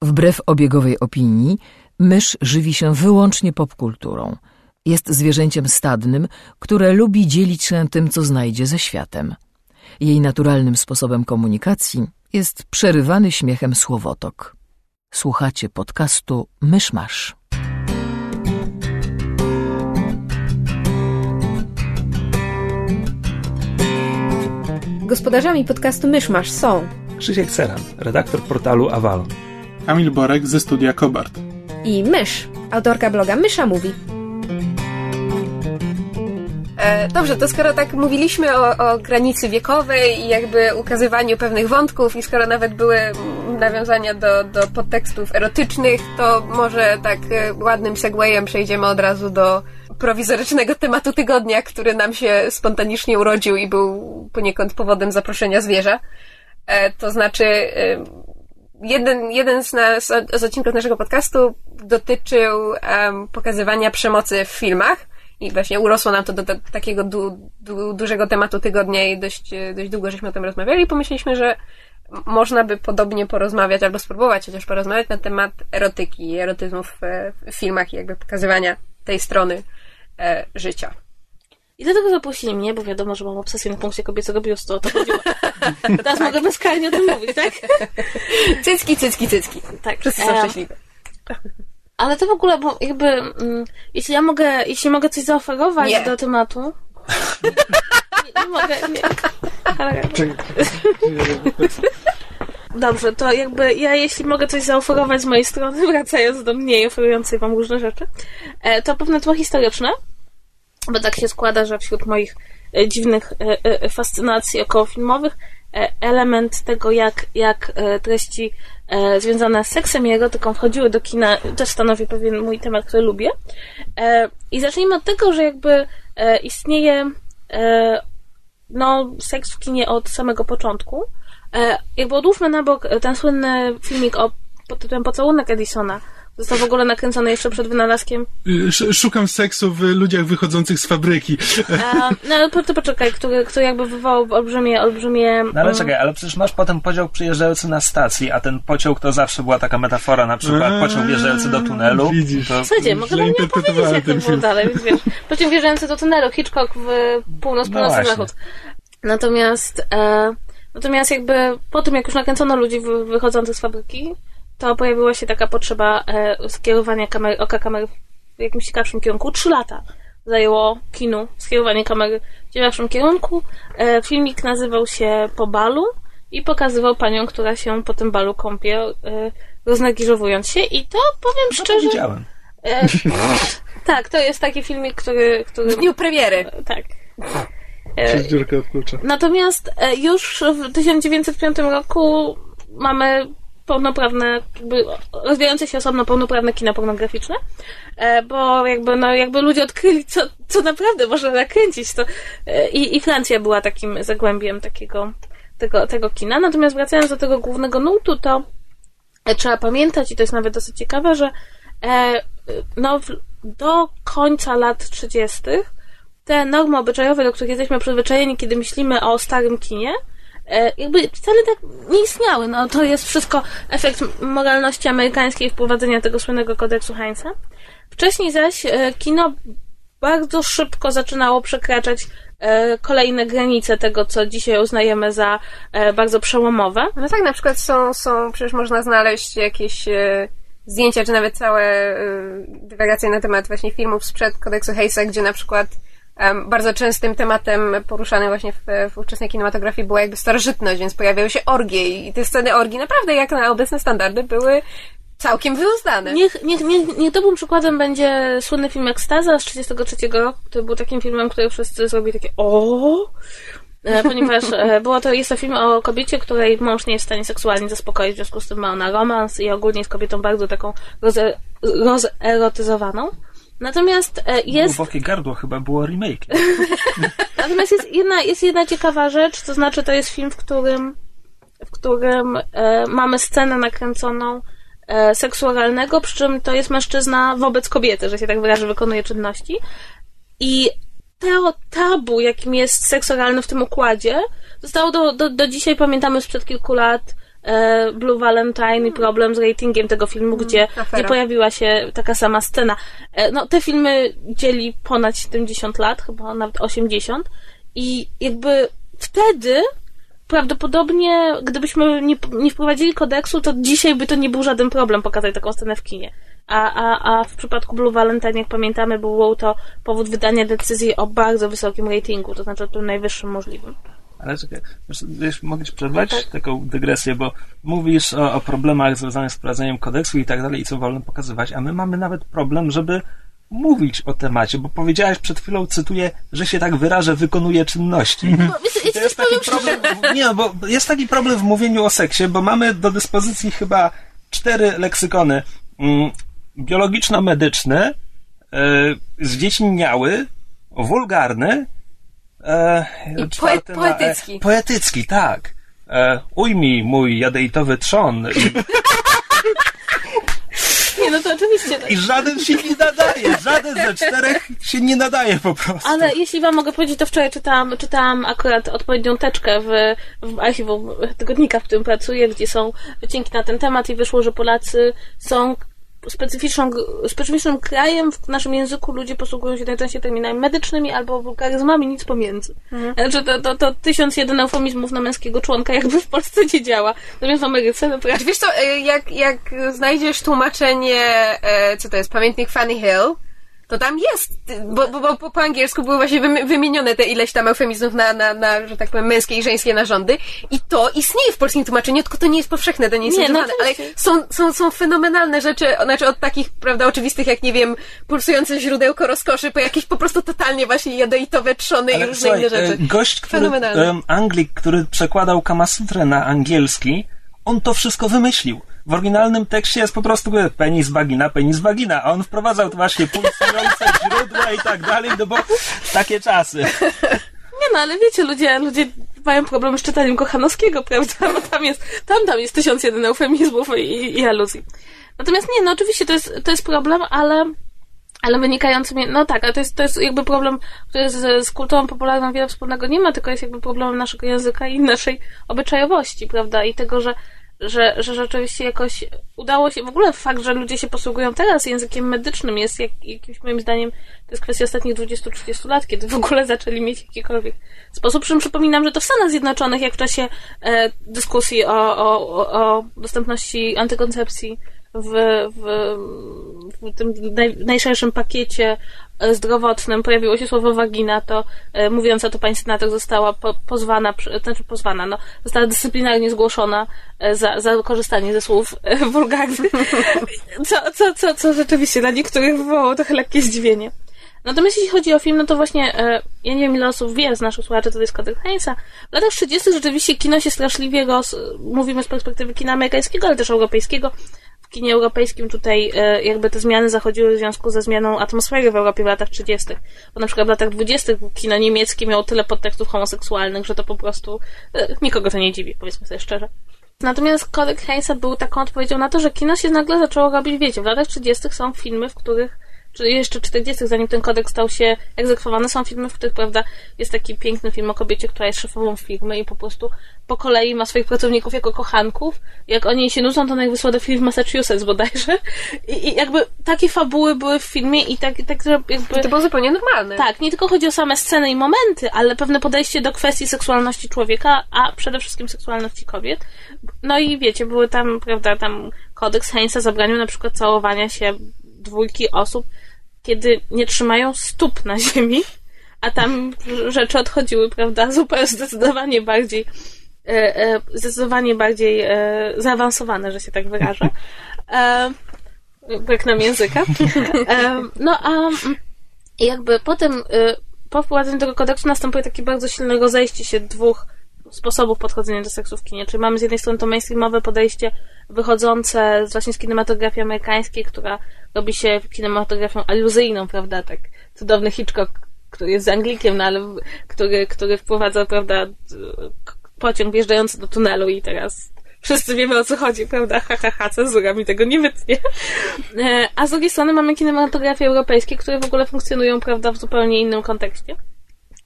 Wbrew obiegowej opinii, mysz żywi się wyłącznie popkulturą. Jest zwierzęciem stadnym, które lubi dzielić się tym, co znajdzie ze światem. Jej naturalnym sposobem komunikacji jest przerywany śmiechem słowotok. Słuchacie podcastu Myszmasz. Gospodarzami podcastu Myszmasz są Krzysiek Ceran, redaktor portalu Avalon, Kamil Borek ze studia Kobart i Mysz, autorka bloga Mysza Mówi. Dobrze, to skoro tak mówiliśmy o granicy wiekowej i jakby ukazywaniu pewnych wątków i skoro nawet były nawiązania do podtekstów erotycznych, to może tak ładnym segwayem przejdziemy od razu do prowizorycznego tematu tygodnia, który nam się spontanicznie urodził i był poniekąd powodem zaproszenia zwierza. To znaczy jeden z odcinków naszego podcastu dotyczył pokazywania przemocy w filmach. I właśnie urosło nam to do takiego dużego tematu tygodnia i dość długo żeśmy o tym rozmawiali i pomyśleliśmy, że można by podobnie porozmawiać albo spróbować chociaż porozmawiać na temat erotyki i erotyzmu w filmach i jakby pokazywania tej strony życia. I dlatego zaprosili mnie, bo wiadomo, że mam obsesję na punkcie kobiecego biustu, o to chodziło. Teraz mogę bezkarnie o tym mówić, tak? Cycki. Tak. Wszyscy są szczęśliwi. Ale to w ogóle, bo jakby, jeśli mogę coś zaoferować do tematu. Nie mogę, nie. Ale... Dobrze, to jakby jeśli mogę coś zaoferować z mojej strony, wracając do mnie i oferującej wam różne rzeczy, to pewne tło historyczne, bo tak się składa, że wśród moich dziwnych fascynacji okołofilmowych element tego, jak treści związane z seksem i erotyką wchodziły do kina, też stanowi pewien mój temat, który lubię. I zacznijmy od tego, że jakby istnieje seks w kinie od samego początku. Jakby odłóżmy na bok ten słynny filmik pod tytułem Pocałunek Edisona. Został w ogóle nakręcony jeszcze przed wynalazkiem. Szukam seksu w ludziach wychodzących z fabryki. To poczekaj, który jakby wywołał olbrzymie... No ale czekaj, ale przecież masz potem pociąg przyjeżdżający na stacji, a ten pociąg to zawsze była taka metafora, na przykład pociąg wjeżdżający do tunelu. Widzisz. Słuchajcie, mogę wam nie opowiedzieć, jak to było dalej, więc wiesz, pociąg wjeżdżający do tunelu, Hitchcock w północny zachód. Natomiast jakby po tym, jak już nakręcono ludzi wychodzących z fabryki, to pojawiła się taka potrzeba skierowania oka kamery w jakimś ciekawszym kierunku. 3 lata zajęło kinu skierowanie kamery w ciekawszym kierunku. Filmik nazywał się Po balu i pokazywał panią, która się po tym balu kąpie, roznegliżowując się i to powiem szczerze... To widziałem. Tak, to jest taki filmik, który... W dniu premiery. Tak. Przez dziurkę od klucza. Natomiast już w 1905 roku mamy pełnoprawne, jakby rozwijające się osobno pełnoprawne kino pornograficzne, bo jakby ludzie odkryli, co naprawdę można nakręcić. To, i Francja była takim zagłębiem tego kina. Natomiast wracając do tego głównego nurtu, to trzeba pamiętać, i to jest nawet dosyć ciekawe, że do końca lat 30. te normy obyczajowe, do których jesteśmy przyzwyczajeni, kiedy myślimy o starym kinie, jakby wcale tak nie istniały. No to jest wszystko efekt moralności amerykańskiej, wprowadzenia tego słynnego kodeksu Heinza. Wcześniej zaś kino bardzo szybko zaczynało przekraczać kolejne granice tego, co dzisiaj uznajemy za bardzo przełomowe. No tak, na przykład są przecież można znaleźć jakieś zdjęcia, czy nawet całe dywagacje na temat właśnie filmów sprzed kodeksu Heinza, gdzie na przykład bardzo częstym tematem poruszanym właśnie w ówczesnej kinematografii była jakby starożytność, więc pojawiały się orgie i te sceny orgii naprawdę jak na obecne standardy były całkiem wyuzdane. Niech dobrym przykładem będzie słynny film Ekstaza z 1933 roku, który był takim filmem, który wszyscy zrobili takie ponieważ jest to film o kobiecie, której mąż nie jest w stanie seksualnie zaspokoić, w związku z tym ma ona romans i ogólnie jest kobietą bardzo taką rozerotyzowaną. Natomiast jest... Głębokie gardło chyba było remake. Natomiast jest jedna ciekawa rzecz, to znaczy to jest film, w którym mamy scenę nakręconą seksu oralnego, przy czym to jest mężczyzna wobec kobiety, że się tak wyrażę, wykonuje czynności. I to tabu, jakim jest seks oralny w tym układzie, zostało do dzisiaj, pamiętamy sprzed kilku lat, Blue Valentine i problem z ratingiem tego filmu, gdzie nie pojawiła się taka sama scena. No, te filmy dzieli ponad 70 lat, chyba nawet 80 i jakby wtedy prawdopodobnie, gdybyśmy nie wprowadzili kodeksu, to dzisiaj by to nie był żaden problem pokazać taką scenę w kinie. A w przypadku Blue Valentine, jak pamiętamy, było to powód wydania decyzji o bardzo wysokim ratingu, to znaczy o tym najwyższym możliwym. Ale czekaj, mogę ci przerwać taką dygresję, bo mówisz o problemach związanych z wprowadzeniem kodeksu i tak dalej i co wolno pokazywać, a my mamy nawet problem, żeby mówić o temacie, bo powiedziałaś przed chwilą, cytuję, że się tak wyrażę, wykonuje czynności. To jest taki problem, bo jest taki problem w mówieniu o seksie, bo mamy do dyspozycji chyba 4 leksykony. Biologiczno-medyczny, zdziecinniały, wulgarny i poetycki. Poetycki, tak. Ujmij mój jadejtowy trzon. Nie, no to oczywiście. Tak. I żaden się nie nadaje. Żaden ze 4 się nie nadaje po prostu. Ale jeśli wam mogę powiedzieć, to wczoraj czytałam akurat odpowiednią teczkę w archiwum tygodnika, w którym pracuję, gdzie są wycinki na ten temat i wyszło, że Polacy są specyficznym krajem. W naszym języku ludzie posługują się najczęściej terminami medycznymi albo wulgaryzmami, nic pomiędzy. Znaczy to 1001 eufemizmów na męskiego członka jakby w Polsce nie działa. Natomiast w Ameryce naprawdę... Wiesz co, jak znajdziesz tłumaczenie, co to jest, Pamiętnik Fanny Hill, to tam jest, bo po angielsku były właśnie wymienione te ileś tam eufemizmów na, że tak powiem, męskie i żeńskie narządy i to istnieje w polskim tłumaczeniu, tylko to nie jest powszechne, to nie jest używane, ale są fenomenalne rzeczy, znaczy od takich, prawda, oczywistych, jak nie wiem, pulsujące źródełko rozkoszy, po jakieś po prostu totalnie właśnie jadeitowe trzony i różne inne rzeczy. Gość, Anglik, który przekładał Kamasutrę na angielski, on to wszystko wymyślił. W oryginalnym tekście jest po prostu penis, vagina, a on wprowadzał to właśnie pulsujące źródła i tak dalej, no bo takie czasy. Nie no, ale wiecie, ludzie mają problem z czytaniem Kochanowskiego, prawda? Bo tam jest 1001 eufemizmów i aluzji. Natomiast nie, no oczywiście to jest problem, ale wynikający... No tak, ale to jest jakby problem, który z kulturą popularną wiele wspólnego nie ma, tylko jest jakby problemem naszego języka i naszej obyczajowości, prawda? I tego, że rzeczywiście jakoś udało się... W ogóle fakt, że ludzie się posługują teraz językiem medycznym jest jakimś moim zdaniem, to jest kwestia ostatnich 20-30 lat, kiedy w ogóle zaczęli mieć jakikolwiek sposób. Przypominam, że to w Stanach Zjednoczonych, jak w czasie dyskusji o dostępności antykoncepcji w tym najszerszym pakiecie zdrowotnym pojawiło się słowo wagina, to mówiąca to pani senator została została dyscyplinarnie zgłoszona za korzystanie ze słów wulgarnych, co rzeczywiście dla niektórych wywołało trochę lekkie zdziwienie. Natomiast jeśli chodzi o film, no to właśnie ja nie wiem, ile osób wie z naszych słuchaczy, to jest kodeks Hainsa. W latach 30. rzeczywiście kino się straszliwie mówimy z perspektywy kina amerykańskiego, ale też europejskiego. W kinie europejskim tutaj jakby te zmiany zachodziły w związku ze zmianą atmosfery w Europie w latach 30. Bo na przykład w latach 20. kino niemieckie miało tyle podtekstów homoseksualnych, że to po prostu nikogo to nie dziwi, powiedzmy sobie szczerze. Natomiast kodeks Hainsa był taką odpowiedzią na to, że kino się nagle zaczęło robić, wiecie, w latach 30. są filmy, w których czy jeszcze 40, zanim ten kodeks stał się egzekwowany, są filmy, w których, prawda, jest taki piękny film o kobiecie, która jest szefową firmy i po prostu po kolei ma swoich pracowników jako kochanków. Jak oni się nudzą, to ona ich wysła do firmy w Massachusetts bodajże. I jakby takie fabuły były w filmie i tak że jakby... To było zupełnie normalne. Tak, nie tylko chodzi o same sceny i momenty, ale pewne podejście do kwestii seksualności człowieka, a przede wszystkim seksualności kobiet. No i wiecie, były tam, prawda, tam kodeks Hainsa zabraniał na przykład całowania się 2 osób, kiedy nie trzymają stóp na ziemi, a tam rzeczy odchodziły, prawda, zupełnie zdecydowanie bardziej zaawansowane, że się tak wyrażę. Brak nam języka. No a jakby potem po wprowadzeniu tego kodeksu następuje takie bardzo silne rozejście się 2 sposobów podchodzenia do seksu w kinie. Czyli mamy z jednej strony to mainstreamowe podejście wychodzące właśnie z kinematografii amerykańskiej, która robi się kinematografią aluzyjną, prawda, tak cudowny Hitchcock, który jest z Anglikiem, no ale który wprowadza, prawda, pociąg wjeżdżający do tunelu i teraz wszyscy wiemy, o co chodzi, prawda, cenzura mi tego nie wytnie. A z drugiej strony mamy kinematografie europejskie, które w ogóle funkcjonują, prawda, w zupełnie innym kontekście.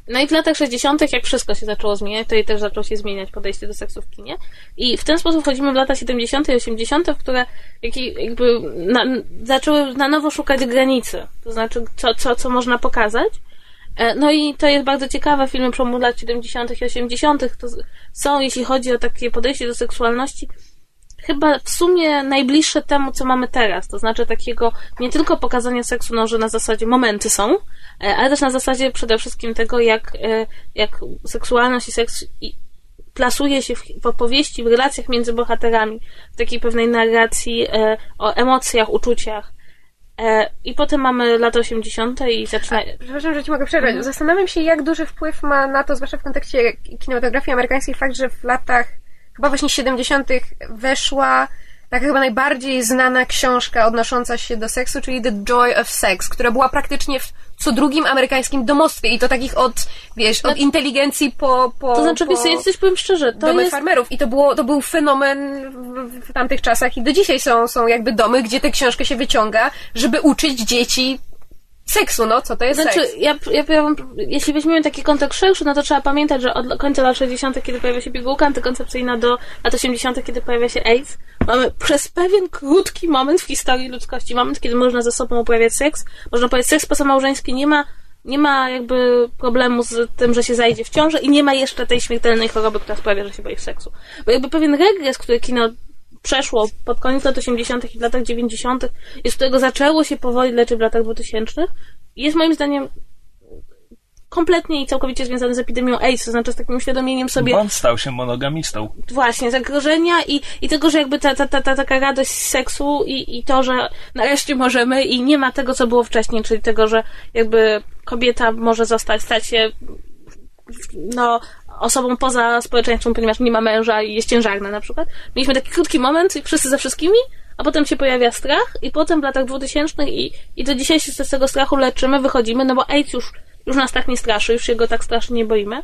No i w latach 60., jak wszystko się zaczęło zmieniać, to i też zaczęło się zmieniać podejście do seksu w kinie. I w ten sposób wchodzimy w lata 70. i 80., w które jakby zaczęły na nowo szukać granicy. To znaczy, co można pokazać. No i to jest bardzo ciekawe. Filmy przełomu lat 70. i 80. to są, jeśli chodzi o takie podejście do seksualności, chyba w sumie najbliższe temu, co mamy teraz. To znaczy takiego nie tylko pokazania seksu, no, że na zasadzie momenty są, ale też na zasadzie przede wszystkim tego, jak seksualność i seks plasuje się w opowieści, w relacjach między bohaterami, w takiej pewnej narracji o emocjach, uczuciach. I potem mamy lata 80. i zaczyna... Przepraszam, że ci mogę przerwać. Zastanawiam się, jak duży wpływ ma na to, zwłaszcza w kontekście kinematografii amerykańskiej, fakt, że w latach chyba właśnie 70. weszła taka chyba najbardziej znana książka odnosząca się do seksu, czyli The Joy of Sex, która była praktycznie w co drugim amerykańskim domostwie i to takich od inteligencji po to znaczy, ja coś powiem szczerze, to domy jest... farmerów i to był fenomen w tamtych czasach i do dzisiaj są jakby domy, gdzie tę książkę się wyciąga, żeby uczyć dzieci seksu, no, co to jest seks? Seks? Jeśli weźmiemy taki kontekst szerszy, no to trzeba pamiętać, że od końca lat 60., kiedy pojawia się pigułka antykoncepcyjna, do lat 80., kiedy pojawia się AIDS, mamy przez pewien krótki moment w historii ludzkości, moment, kiedy można ze sobą uprawiać seks, można powiedzieć, seks pozamałżeński nie ma jakby problemu z tym, że się zajdzie w ciążę i nie ma jeszcze tej śmiertelnej choroby, która sprawia, że się boi seksu. Bo jakby pewien regres, który kino przeszło pod koniec lat 80. i w latach 90., i z którego zaczęło się powoli leczyć w latach 2000, jest moim zdaniem kompletnie i całkowicie związany z epidemią AIDS, to znaczy z takim uświadomieniem sobie... Bond stał się monogamistą. Właśnie, zagrożenia i tego, że jakby ta taka radość z seksu i to, że nareszcie możemy i nie ma tego, co było wcześniej, czyli tego, że jakby kobieta może stać się osobą poza społeczeństwem, ponieważ nie ma męża i jest ciężarna na przykład. Mieliśmy taki krótki moment i wszyscy ze wszystkimi, a potem się pojawia strach i potem w latach 2000 i do dzisiaj się z tego strachu leczymy, wychodzimy, no bo AIDS już nas tak nie straszy, już się go tak strasznie nie boimy.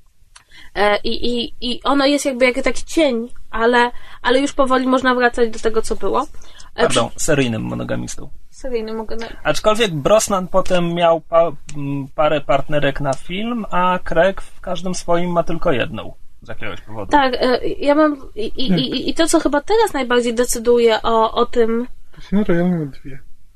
I ono jest jakby jak taki cień, ale już powoli można wracać do tego, co było. Pardon, seryjnym monogamistą. Seryjnym Aczkolwiek Brosnan potem miał parę partnerek na film, a Craig w każdym swoim ma tylko jedną. Z jakiegoś powodu. Tak, ja mam... I to, co chyba teraz najbardziej decyduje o tym... No, ja mam dwie.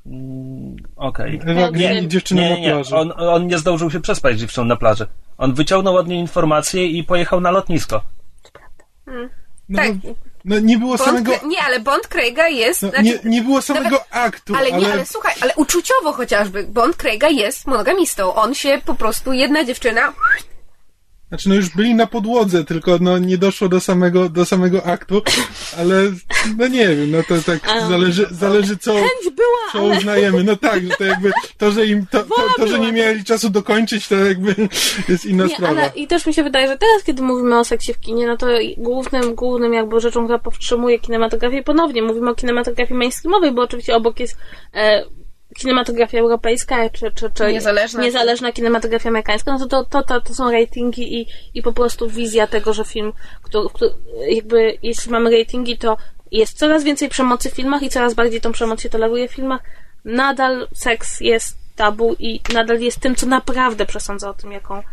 Okej. Nie, dziewczyny na plaży. On nie zdążył się przespać z dziewczyną na plaży. On wyciągnął od niej informacje i pojechał na lotnisko. To prawda. No, tak. No nie było samego... Nie, ale Bond Craiga jest... No, nie było samego aktu, ale słuchaj, ale uczuciowo chociażby Bond Craiga jest monogamistą. On się po prostu, jedna dziewczyna... Znaczy, no już byli na podłodze, tylko nie doszło do samego aktu, ale no nie wiem, no to tak zależy co uznajemy. No tak, że to jakby to, że nie mieli czasu dokończyć, to jakby jest inna sprawa. Ale i też mi się wydaje, że teraz, kiedy mówimy o seksie w kinie, no to głównym jakby rzeczą, która powstrzymuje kinematografię, ponownie mówimy o kinematografii mainstreamowej, bo oczywiście obok jest kinematografia europejska, czy niezależna kinematografia amerykańska, no to są ratingi i po prostu wizja tego, że film, jakby jeśli mamy ratingi, to jest coraz więcej przemocy w filmach i coraz bardziej tą przemoc się toleruje w filmach. Nadal seks jest tabu i nadal jest tym, co naprawdę przesądza o tym,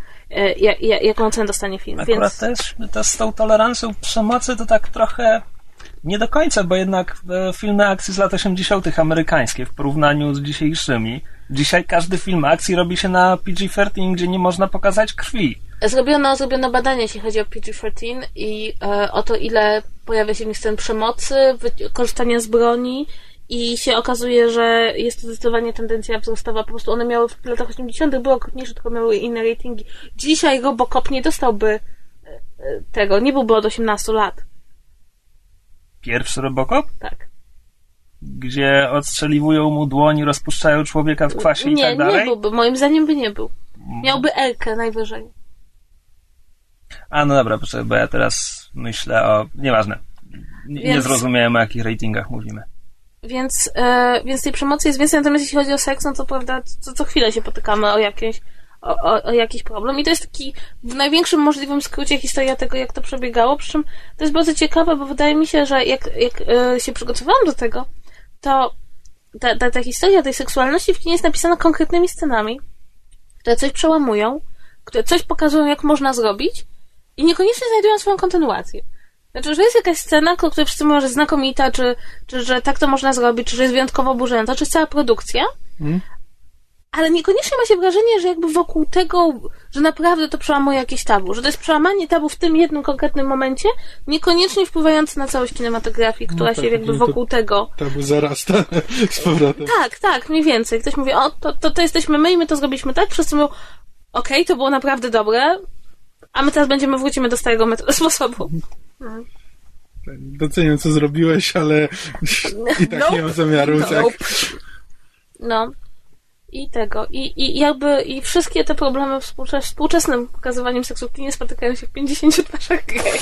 jaką cenę dostanie film. Akurat też to z tą tolerancją przemocy to tak trochę nie do końca, bo jednak filmy akcji z lat 80. amerykańskie w porównaniu z dzisiejszymi. Dzisiaj każdy film akcji robi się na PG-13, gdzie nie można pokazać krwi. Zrobiono badania, jeśli chodzi o PG-13 i o to, ile pojawia się w nich scen przemocy, korzystania z broni i się okazuje, że jest to zdecydowanie tendencja wzrostowa. Po prostu one miały w latach 80. były okrutniejsze, tylko miały inne ratingi. Dzisiaj Robocop nie dostałby tego, nie byłby od 18 lat. Pierwszy Robocop? Tak. Gdzie odstrzeliwują mu dłoń, rozpuszczają człowieka w kwasie i tak dalej? Nie byłby. Moim zdaniem by nie był. Miałby Elkę najwyżej. A, no dobra, proszę, bo ja teraz myślę o... Nieważne. Nie zrozumiałem, o jakich ratingach mówimy. Więc tej przemocy jest więcej, natomiast jeśli chodzi o seks, no to prawda, co chwilę się potykamy o jakiś problem i to jest taki w największym możliwym skrócie historia tego, jak to przebiegało, przy czym to jest bardzo ciekawe, bo wydaje mi się, że jak się przygotowałam do tego, to ta historia tej seksualności w kinie jest napisana konkretnymi scenami, które coś przełamują, które coś pokazują, jak można zrobić i niekoniecznie znajdują swoją kontynuację. Znaczy, że jest jakaś scena, o której wszyscy mówią, że jest znakomita, czy że tak to można zrobić, czy że jest wyjątkowo oburzająca, czy jest cała produkcja, ale niekoniecznie ma się wrażenie, że jakby wokół tego, że naprawdę to przełamuje jakieś tabu, że to jest przełamanie tabu w tym jednym konkretnym momencie, niekoniecznie wpływające na całość kinematografii, która się jakby wokół tego... Tabu zarasta z powrotem. Tak, mniej więcej. Ktoś mówi, to jesteśmy my i my to zrobiliśmy tak, wszyscy mówią, okej, to było naprawdę dobre, a my teraz wrócimy do starego sposobu. Doceniam, co zrobiłeś, ale i tak nie mam zamiaru. Tak. No. I tego. I wszystkie te problemy współczesnym pokazywaniem seksu w kinie spotykają się w 50 twarzach Greya.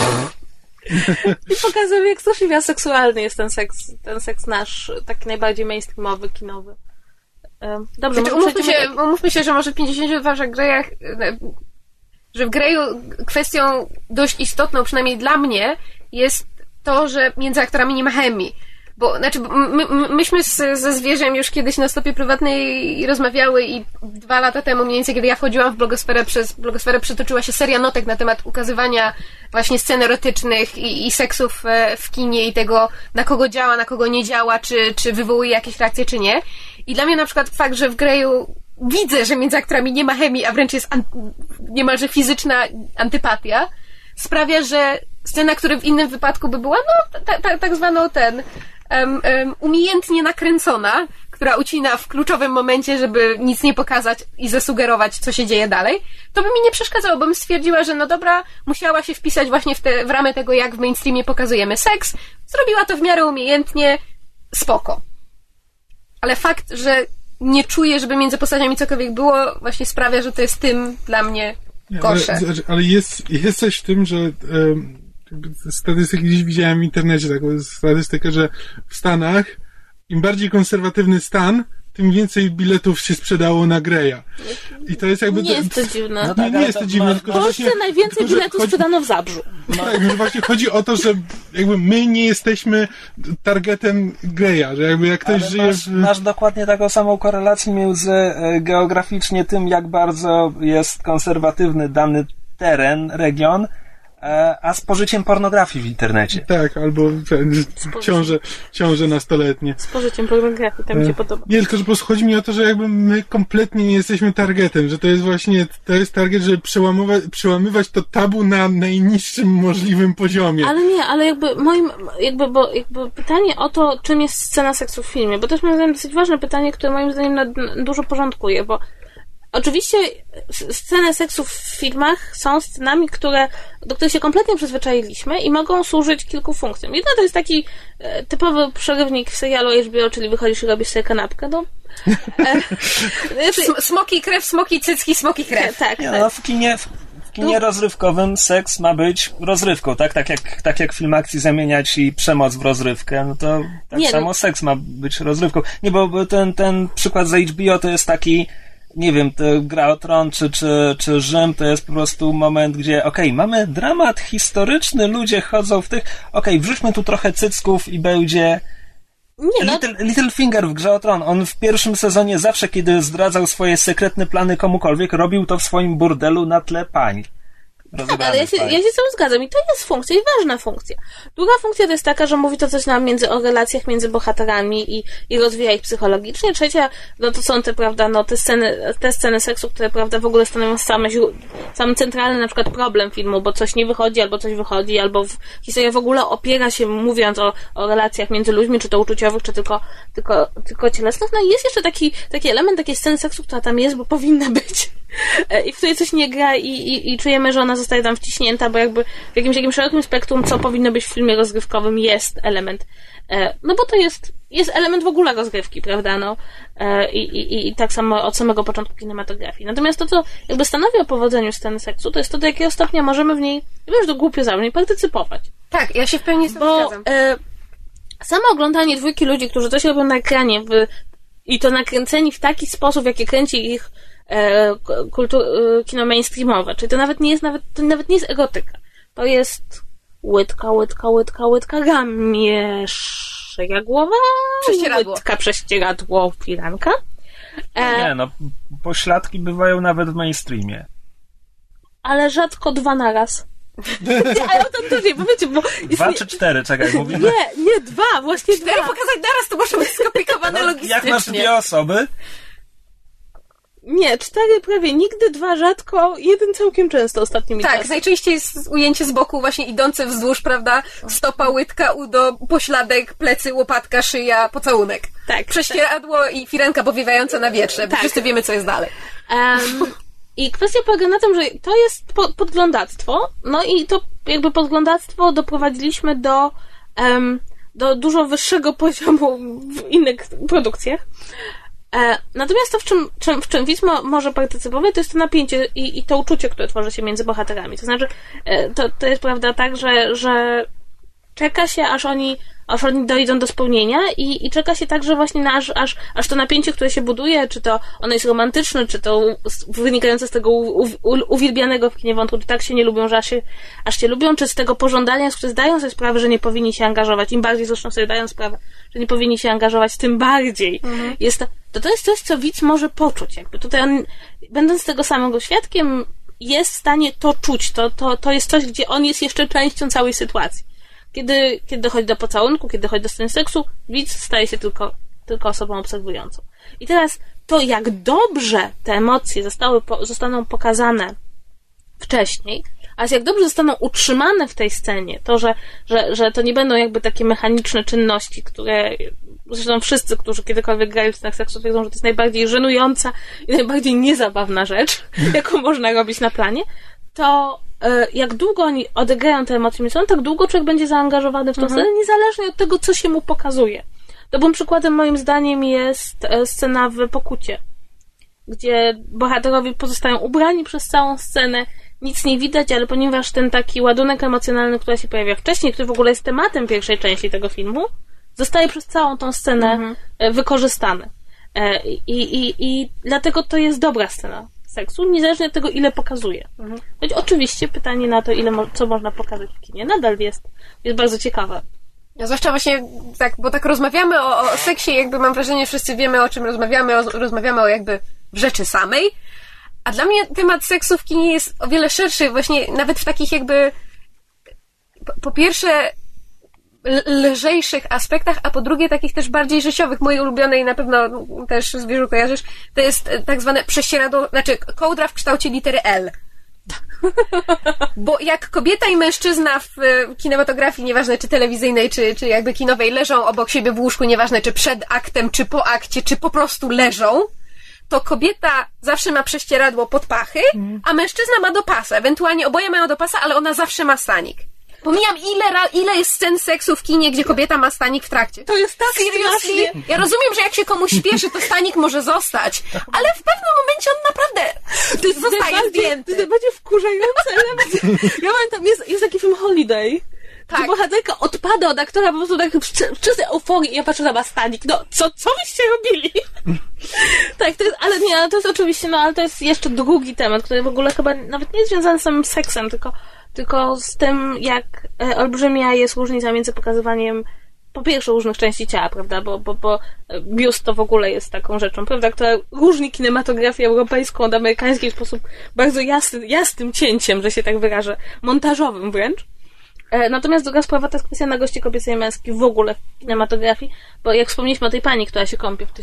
I pokazują, jak straszliwie seksualny jest ten seks nasz, taki najbardziej mainstreamowy, kinowy. Dobrze, znaczy, umówmy się, że może w 50 twarzach Greya, że w Greyu kwestią dość istotną, przynajmniej dla mnie, jest to, że między aktorami nie ma chemii. Bo, myśmy ze Zwierzem już kiedyś na stopie prywatnej rozmawiały i 2 lata temu, mniej więcej, kiedy ja wchodziłam w blogosferę, przez blogosferę przetoczyła się seria notek na temat ukazywania właśnie scen erotycznych i seksów w kinie i tego, na kogo działa, na kogo nie działa, czy wywołuje jakieś reakcje, czy nie. I dla mnie na przykład fakt, że w Greyu widzę, że między aktorami nie ma chemii, a wręcz jest niemalże fizyczna antypatia, sprawia, że scena, która w innym wypadku by była, tak zwaną umiejętnie nakręcona, która ucina w kluczowym momencie, żeby nic nie pokazać i zasugerować, co się dzieje dalej, to by mi nie przeszkadzało, bo bym stwierdziła, że no dobra, musiała się wpisać właśnie w ramy tego, jak w mainstreamie pokazujemy seks, zrobiła to w miarę umiejętnie, spoko. Ale fakt, że nie czuję, żeby między postaciami cokolwiek było, właśnie sprawia, że to jest tym dla mnie gorsze. Ale jest coś w tym, że statystyki gdzieś widziałem w internecie, taką statystykę, że w Stanach im bardziej konserwatywny stan, tym więcej biletów się sprzedało na Greya. I to jest jakby... Nie jest to dziwne. No tak, nie jest to dziwne. W Polsce najwięcej biletów sprzedano w Zabrzu. Tak, że właśnie chodzi o to, że jakby my nie jesteśmy targetem Greya, że jakby jak ktoś żyje... Masz dokładnie taką samą korelację między geograficznie tym, jak bardzo jest konserwatywny dany teren, region, a spożyciem pornografii w internecie. Tak, albo ciąże nastoletnie. Spożyciem pornografii, to mi się podoba. Nie, tylko że po prostu chodzi mi o to, że jakby my kompletnie nie jesteśmy targetem, że to jest właśnie, target, żeby przełamywać to tabu na najniższym możliwym poziomie. Ale nie, ale bo pytanie o to, czym jest scena seksu w filmie, bo to jest moim zdaniem dosyć ważne pytanie, które moim zdaniem dużo porządkuje, bo oczywiście sceny seksu w filmach są scenami, do których się kompletnie przyzwyczailiśmy i mogą służyć kilku funkcjom. Jedna to jest taki typowy przerywnik w serialu HBO, czyli wychodzisz i robisz sobie kanapkę. No. Smoki krew, smoki cycki, smoki krew. Tak. No, w kinie rozrywkowym seks ma być rozrywką, tak? Tak jak film akcji zamieniać i przemoc w rozrywkę, no to seks ma być rozrywką. Nie, bo ten przykład z HBO to jest taki, nie wiem, to Gra o Tron czy Rzym, to jest po prostu moment, gdzie mamy dramat historyczny, ludzie chodzą w tych, wrzućmy tu trochę cycków i będzie... Littlefinger w Grze o Tron, on w pierwszym sezonie zawsze, kiedy zdradzał swoje sekretne plany komukolwiek, robił to w swoim burdelu na tle pań. Tak, ale ja się z tym zgadzam i to jest funkcja, i ważna funkcja. Druga funkcja to jest taka, że mówi to coś nam o relacjach między bohaterami i rozwija ich psychologicznie. Trzecia, no to są te, prawda, no te sceny seksu, które, prawda, w ogóle stanowią sam centralny na przykład problem filmu, bo coś nie wychodzi, albo coś wychodzi, albo historia w ogóle opiera się, mówiąc o relacjach między ludźmi, czy to uczuciowych, czy tylko cielesnych. No i jest jeszcze taki element takiej sceny seksu, która tam jest, bo powinna być. I w której coś nie gra i czujemy, że ona zostaje tam wciśnięta, bo jakby w jakimś szerokim spektrum, co powinno być w filmie rozrywkowym, jest element. No bo to jest element w ogóle rozgrywki, prawda? No. I tak samo od samego początku kinematografii. Natomiast to, co jakby stanowi o powodzeniu sceny seksu, to jest to, do jakiego stopnia możemy w niej, już do głupio zabrzmi, partycypować. Tak, ja się w pełni z tym zgadzam. Samo oglądanie dwójki ludzi, którzy coś robią na ekranie i to nakręceni w taki sposób, jaki kręci ich kino mainstreamowe, czyli to nawet nie jest erotyka. To jest łydka głowa, łydka, prześcieradło, firanka. Nie, no, pośladki bywają nawet w mainstreamie. ale rzadko 2 naraz. Ale o to dużej, bo wiecie, bo... 2 czy 4, czekaj, mówimy? Nie, 2, właśnie 2. 4 pokazać naraz, to może być skomplikowane logistycznie. Jak masz 2 osoby? Nie, 4 prawie nigdy, 2 rzadko, 1 całkiem często ostatnimi czasy. Tak, najczęściej jest ujęcie z boku właśnie idące wzdłuż, prawda? Stopa, łydka, udo, pośladek, plecy, łopatka, szyja, pocałunek. Tak. Prześcieradło i firanka powiewająca na wietrze, bo wszyscy wiemy, co jest dalej. I kwestia polega na tym, że to jest podglądactwo, no i to jakby podglądactwo doprowadziliśmy do dużo wyższego poziomu w innych produkcjach. Natomiast to, w czym widz może partycypować, to jest to napięcie i to uczucie, które tworzy się między bohaterami. To znaczy, to jest prawda tak, że czeka się, aż oni dojdą do spełnienia i czeka się także właśnie na aż to napięcie, które się buduje, czy to ono jest romantyczne, czy to wynikające z tego uwielbianego w kinie wątku, czy tak się nie lubią, że aż się lubią, czy z tego pożądania, z których zdają sobie sprawę, że nie powinni się angażować. Im bardziej zresztą sobie dają sprawę, że nie powinni się angażować, tym bardziej. To jest coś, co widz może poczuć. Jakby tutaj on, będąc tego samego świadkiem, jest w stanie to czuć. To jest coś, gdzie on jest jeszcze częścią całej sytuacji. Kiedy dochodzi do pocałunku, kiedy dochodzi do sceny seksu, widz staje się tylko osobą obserwującą. I teraz to, jak dobrze te emocje zostaną pokazane wcześniej, a jak dobrze zostaną utrzymane w tej scenie, to, że to nie będą jakby takie mechaniczne czynności, które zresztą wszyscy, którzy kiedykolwiek grają w scenach seksu, wiedzą, że to jest najbardziej żenująca i najbardziej niezabawna rzecz, jaką można robić na planie, to jak długo oni odegrają te emocje, tak długo człowiek będzie zaangażowany w tą scenę, niezależnie od tego, co się mu pokazuje. Dobrym przykładem moim zdaniem jest scena w Pokucie, gdzie bohaterowie pozostają ubrani przez całą scenę, nic nie widać, ale ponieważ ten taki ładunek emocjonalny, który się pojawia wcześniej, który w ogóle jest tematem pierwszej części tego filmu, zostaje przez całą tą scenę wykorzystany. I dlatego to jest dobra scena seksu, niezależnie od tego, ile pokazuje. Choć oczywiście pytanie na to, co można pokazać w kinie, nadal jest bardzo ciekawe. No, zwłaszcza właśnie tak, bo tak rozmawiamy o seksie, jakby mam wrażenie, wszyscy wiemy, o czym rozmawiamy o jakby w rzeczy samej, a dla mnie temat seksu w kinie jest o wiele szerszy, właśnie nawet w takich jakby po pierwsze lżejszych aspektach, a po drugie takich też bardziej życiowych. Mojej ulubionej na pewno też z wielu kojarzysz, to jest tak zwane prześcieradło, znaczy kołdra w kształcie litery L. Bo jak kobieta i mężczyzna w kinematografii, nieważne czy telewizyjnej, czy jakby kinowej, leżą obok siebie w łóżku, nieważne czy przed aktem, czy po akcie, czy po prostu leżą, to kobieta zawsze ma prześcieradło pod pachy, a mężczyzna ma do pasa. Ewentualnie oboje mają do pasa, ale ona zawsze ma stanik. Pomijam, ile jest scen seksu w kinie, gdzie kobieta ma stanik w trakcie. To jest tak seriously. Ja rozumiem, że jak się komuś śpieszy, to stanik może zostać, ale w pewnym momencie on naprawdę zostaje zdjęty. To jest bardziej wkurzające element. Ja pamiętam, jest taki film Holiday, gdzie bohaterka odpada od aktora po prostu tak w czystej euforii i ja patrzę na stanik. No, co byście robili? Tak, to jest, ale nie, to jest oczywiście, ale to jest jeszcze drugi temat, który w ogóle chyba nawet nie jest związany z samym seksem, tylko z tym, jak olbrzymia jest różnica między pokazywaniem po pierwsze różnych części ciała, prawda, bo biust to w ogóle jest taką rzeczą, prawda, która różni kinematografię europejską od amerykańskiej w sposób bardzo jasnym cięciem, że się tak wyrażę, montażowym wręcz. Natomiast druga sprawa to jest kwestia nagości kobiecej i męskiej w ogóle w kinematografii, bo jak wspomnieliśmy o tej pani, która się kąpie w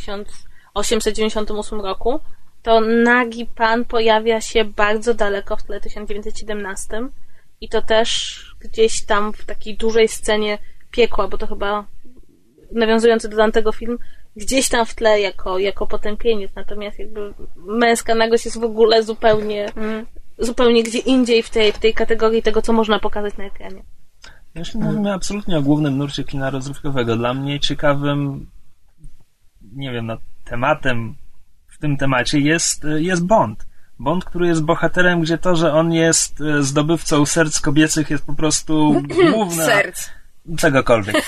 1898 roku, to nagi pan pojawia się bardzo daleko w tle 1917 i to też gdzieś tam w takiej dużej scenie piekła, bo to chyba nawiązujący do Dantego film, gdzieś tam w tle jako potępieniec, natomiast jakby męska nagość jest w ogóle zupełnie gdzie indziej w tej kategorii tego, co można pokazać na ekranie. Jeśli mówimy absolutnie o głównym nurcie kina rozrywkowego, dla mnie ciekawym, nie wiem, tematem w tym temacie jest Bond. Bond, który jest bohaterem, gdzie to, że on jest zdobywcą serc kobiecych, jest po prostu główne... Serc. Czegokolwiek.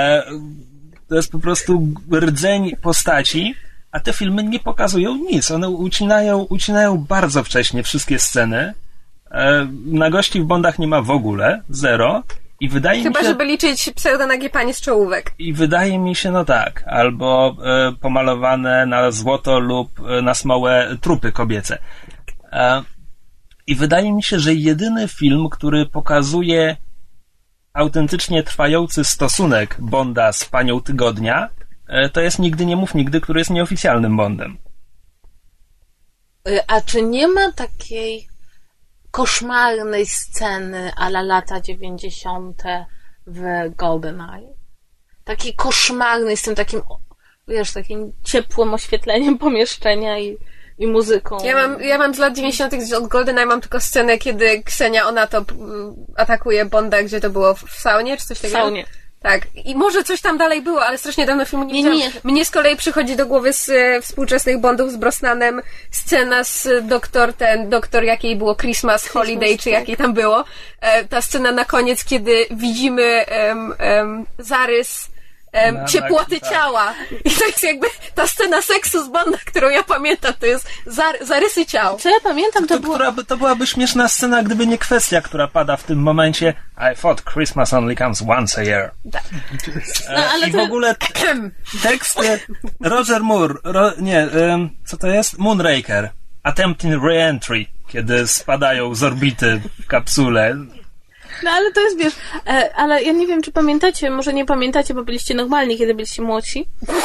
To jest po prostu rdzeń postaci, a te filmy nie pokazują nic. One ucinają bardzo wcześnie wszystkie sceny. Nagości w Bondach nie ma w ogóle, zero. I wydaje Chyba, mi się, żeby liczyć pseudonagie panie z czołówek. I wydaje mi się, tak. Albo pomalowane na złoto lub na smołę trupy kobiece. I wydaje mi się, że jedyny film, który pokazuje autentycznie trwający stosunek Bonda z Panią Tygodnia, to jest Nigdy nie mów nigdy, który jest nieoficjalnym Bondem. A czy nie ma takiej koszmarnej sceny a la lata 90. w GoldenEye? Takiej koszmarnej, z tym takim, wiesz, takim ciepłym oświetleniem pomieszczenia i muzyką. Ja mam z lat 90. od GoldenEye mam tylko scenę, kiedy Ksenia Onatop atakuje Bonda, gdzie to było w saunie, czy coś takiego? W saunie. Tak. I może coś tam dalej było, ale strasznie dawno filmu nie widziałam. Mnie z kolei przychodzi do głowy z współczesnych Bondów z Brosnanem scena z doktor jakiej było Christmas Holiday, czy jakiej tam było. Ta scena na koniec, kiedy widzimy zarys ciepłoty ciała. I to jest jakby ta scena seksu z Bonda, którą ja pamiętam, to jest zarysy ciał. Co ja pamiętam, to byłaby śmieszna scena, gdyby nie kwestia, która pada w tym momencie. I thought Christmas only comes once a year. I w ogóle tekst Roger Moore, co to jest? Moonraker. Attempting re-entry, kiedy spadają z orbity w kapsule. No ale to jest, wiesz, ale ja nie wiem, czy pamiętacie, może nie pamiętacie, bo byliście normalni, kiedy byliście młodsi.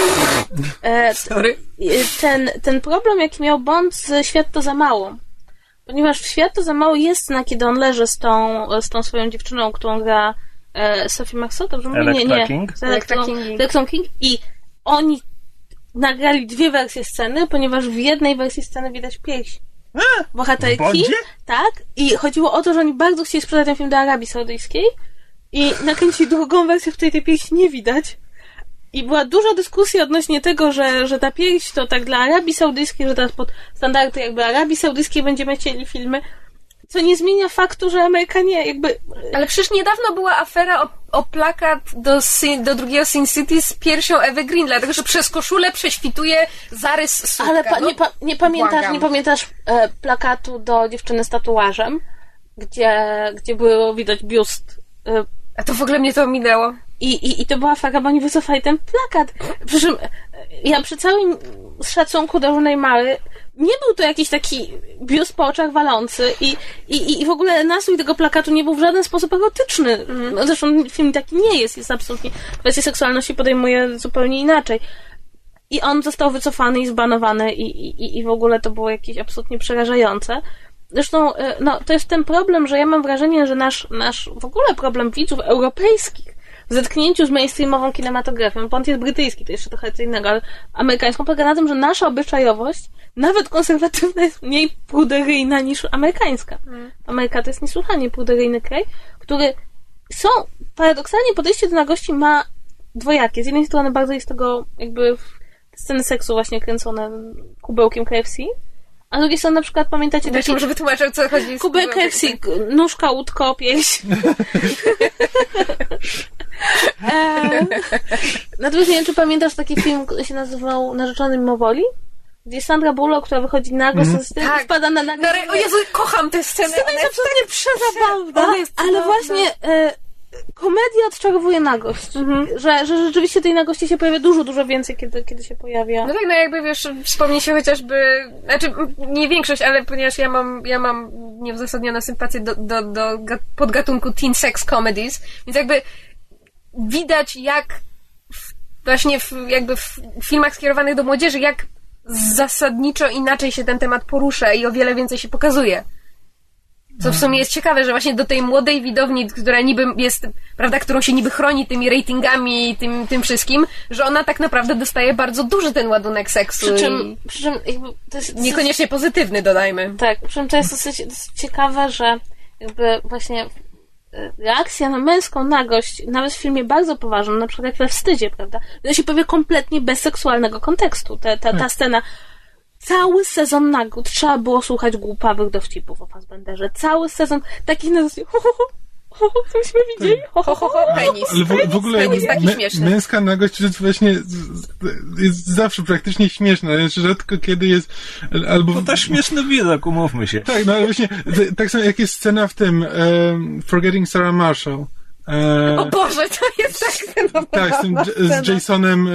Sorry. Ten problem, jaki miał Bond z Świat to za mało. Ponieważ w Świat to za mało jest scena, kiedy on leży z tą swoją dziewczyną, którą gra Sophie Marceau, dobrze mówię? Nie. Electra King. I oni nagrali 2 wersje sceny, ponieważ w jednej wersji sceny widać pierś bohaterki. Tak. I chodziło o to, że oni bardzo chcieli sprzedać ten film do Arabii Saudyjskiej i nakręcili drugą wersję, w której tej piersi nie widać. I była duża dyskusja odnośnie tego, że ta pierś to tak dla Arabii Saudyjskiej, że teraz pod standardy jakby Arabii Saudyjskiej będziemy chcieli filmy. Co nie zmienia faktu, że Amerykanie jakby... Ale przecież niedawno była afera o plakat do drugiego Sin City z piersią Ewy Green, dlatego że przez koszulę prześwituje zarys sutka. Ale nie pamiętasz plakatu do dziewczyny z tatuażem, gdzie było widać biust. A to w ogóle mnie to ominęło. I to była afera, bo oni wycofali ten plakat. Przy czym ja przy całym szacunku do Rooney Mary nie był to jakiś taki biust po oczach walący i w ogóle nastrój tego plakatu nie był w żaden sposób erotyczny. Zresztą film taki nie jest absolutnie. Kwestię seksualności podejmuje zupełnie inaczej. I on został wycofany i zbanowany i w ogóle to było jakieś absolutnie przerażające. Zresztą, to jest ten problem, że ja mam wrażenie, że nasz w ogóle problem widzów europejskich w zetknięciu z mainstreamową kinematografią, Bond jest brytyjski, to jeszcze trochę co innego, ale amerykańską, polega na tym, że nasza obyczajowość, nawet konserwatywna, jest mniej pruderyjna niż amerykańska. Ameryka to jest niesłychanie pruderyjny kraj, który paradoksalnie podejście do nagości ma dwojakie. Z jednej strony bardzo jest tego jakby sceny seksu właśnie kręcone kubełkiem KFC, a z drugiej strony na przykład pamiętacie taki... może wytłumaczę, o co chodzi z kubek KFC, nóżka, łódko, pierś. Natomiast nie wiem, czy pamiętasz taki film, który się nazywał Narzeczony mimo woli? Gdzie Sandra Bullock, która wychodzi nago z tym, spada na nago. O Jezu, kocham tę scenę. Scena jest absolutnie przezabawna, ale właśnie komedia odczarowuje nagość. Że rzeczywiście tej nagości się pojawia dużo więcej, kiedy się pojawia. No tak, jakby wiesz, wspomni się chociażby, znaczy nie większość, ale ponieważ ja mam nieuzasadnioną sympatię do podgatunku teen sex comedies, więc jakby widać jak właśnie w filmach skierowanych do młodzieży, jak zasadniczo inaczej się ten temat porusza i o wiele więcej się pokazuje. Co w sumie jest ciekawe, że właśnie do tej młodej widowni, która niby jest, prawda, którą się niby chroni tymi ratingami i tym wszystkim, że ona tak naprawdę dostaje bardzo duży ten ładunek seksu. Przy czym jakby to jest niekoniecznie pozytywny, dodajmy. Tak, przy czym to jest dosyć ciekawe, że jakby właśnie reakcja na męską nagość, nawet w filmie bardzo poważnym, na przykład jak we Wstydzie, prawda, to się powie kompletnie bez seksualnego kontekstu. Ta scena. Cały sezon nagród trzeba było słuchać głupawych dowcipów o Fassbenderze. Cały sezon takich na zasadzie cośmy widzieli? Penis. Ale w ogóle męska nagość to właśnie jest zawsze praktycznie śmieszna. Rzadko kiedy jest albo... To też śmieszny widok, umówmy się. Tak, no ale właśnie tak samo jak jest scena w tym Forgetting Sarah Marshall, O Boże, to jest tak... Tak, z Jasonem...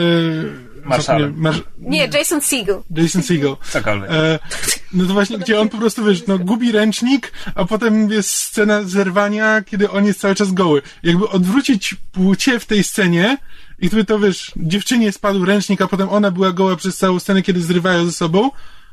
Nie, Jason Segel. Jason Segel. Cokolwiek. No to właśnie, gdzie on po prostu, wiesz, gubi ręcznik, a potem jest scena zerwania, kiedy on jest cały czas goły. Jakby odwrócić płcie w tej scenie i gdyby to, wiesz, dziewczynie spadł ręcznik, a potem ona była goła przez całą scenę, kiedy zrywają ze sobą,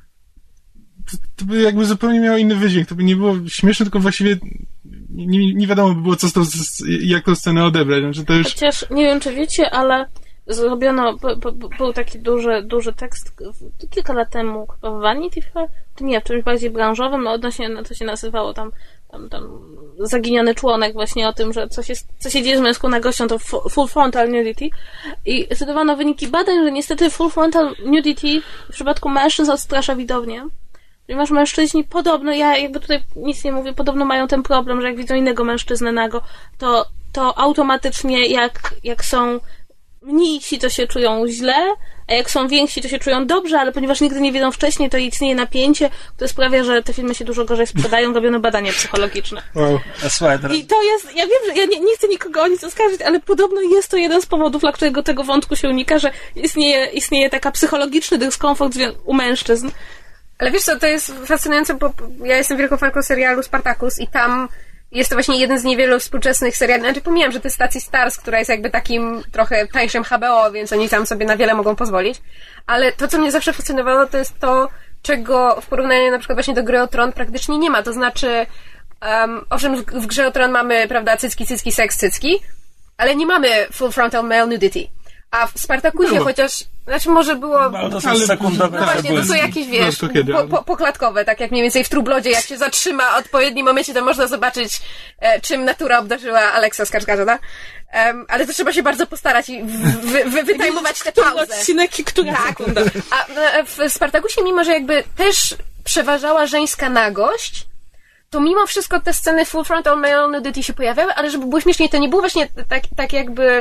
to by jakby zupełnie miało inny wydźwięk. To by nie było śmieszne, tylko właściwie nie wiadomo by było, jak tą scenę odebrać. Znaczy to już... Chociaż nie wiem, czy wiecie, ale zrobiono, był taki duży tekst kilka lat temu, chyba w Vanity Fair, czy nie, w czymś bardziej branżowym, odnośnie, to się nazywało tam zaginiony członek właśnie o tym, że co się dzieje z męską nagością, to full frontal nudity. I cytowano wyniki badań, że niestety full frontal nudity w przypadku mężczyzn odstrasza widownię. Ponieważ mężczyźni podobno, ja jakby tutaj nic nie mówię, podobno mają ten problem, że jak widzą innego mężczyznę nago, to automatycznie jak są mniejsi, to się czują źle, a jak są więksi, to się czują dobrze, ale ponieważ nigdy nie wiedzą wcześniej, to istnieje napięcie, które sprawia, że te filmy się dużo gorzej sprzedają, robiono badania psychologiczne. Wow. I to jest, ja wiem, że ja nie chcę nikogo o nic oskarżyć, ale podobno jest to jeden z powodów, dla którego tego wątku się unika, że istnieje taka psychologiczny dyskomfort u mężczyzn. Ale wiesz co, to jest fascynujące, bo ja jestem wielką fanką serialu Spartacus i tam jest to właśnie jeden z niewielu współczesnych seriali. Znaczy pomijam, że to jest stacji Stars, która jest jakby takim trochę tańszym HBO, więc oni tam sobie na wiele mogą pozwolić. Ale to, co mnie zawsze fascynowało, to jest to, czego w porównaniu na przykład właśnie do Gry o Tron praktycznie nie ma. To znaczy, owszem, w Grze o Tron mamy, prawda, cycki, seks, cycki, ale nie mamy full frontal male nudity. A w Spartakusie chociaż, znaczy może było... Ale to są sekundowe. No właśnie, to są jakieś, wiesz, poklatkowe, tak jak mniej więcej w True Bloodzie, jak się zatrzyma w odpowiednim momencie, to można zobaczyć, czym natura obdarzyła Alexa Skarsgarda. Ale to trzeba się bardzo postarać i wytajmować tę pauzę. Odcinek, która sekunda. A w Spartakusie, mimo że jakby też przeważała żeńska nagość, to mimo wszystko te sceny full frontal male nudity się pojawiały, ale żeby było śmieszniej, to nie było właśnie tak jakby...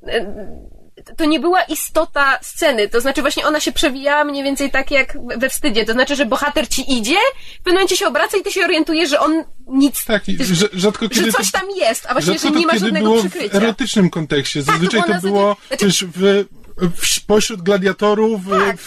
To nie była istota sceny, to znaczy właśnie ona się przewijała mniej więcej tak jak we Wstydzie, to znaczy, że bohater ci idzie, w pewnym momencie się obraca i ty się orientujesz, że on nic... Tak, rzadko kiedy... Że coś tam jest, a właśnie, że nie ma żadnego przykrycia. W erotycznym kontekście, zazwyczaj to było też pośród gladiatorów...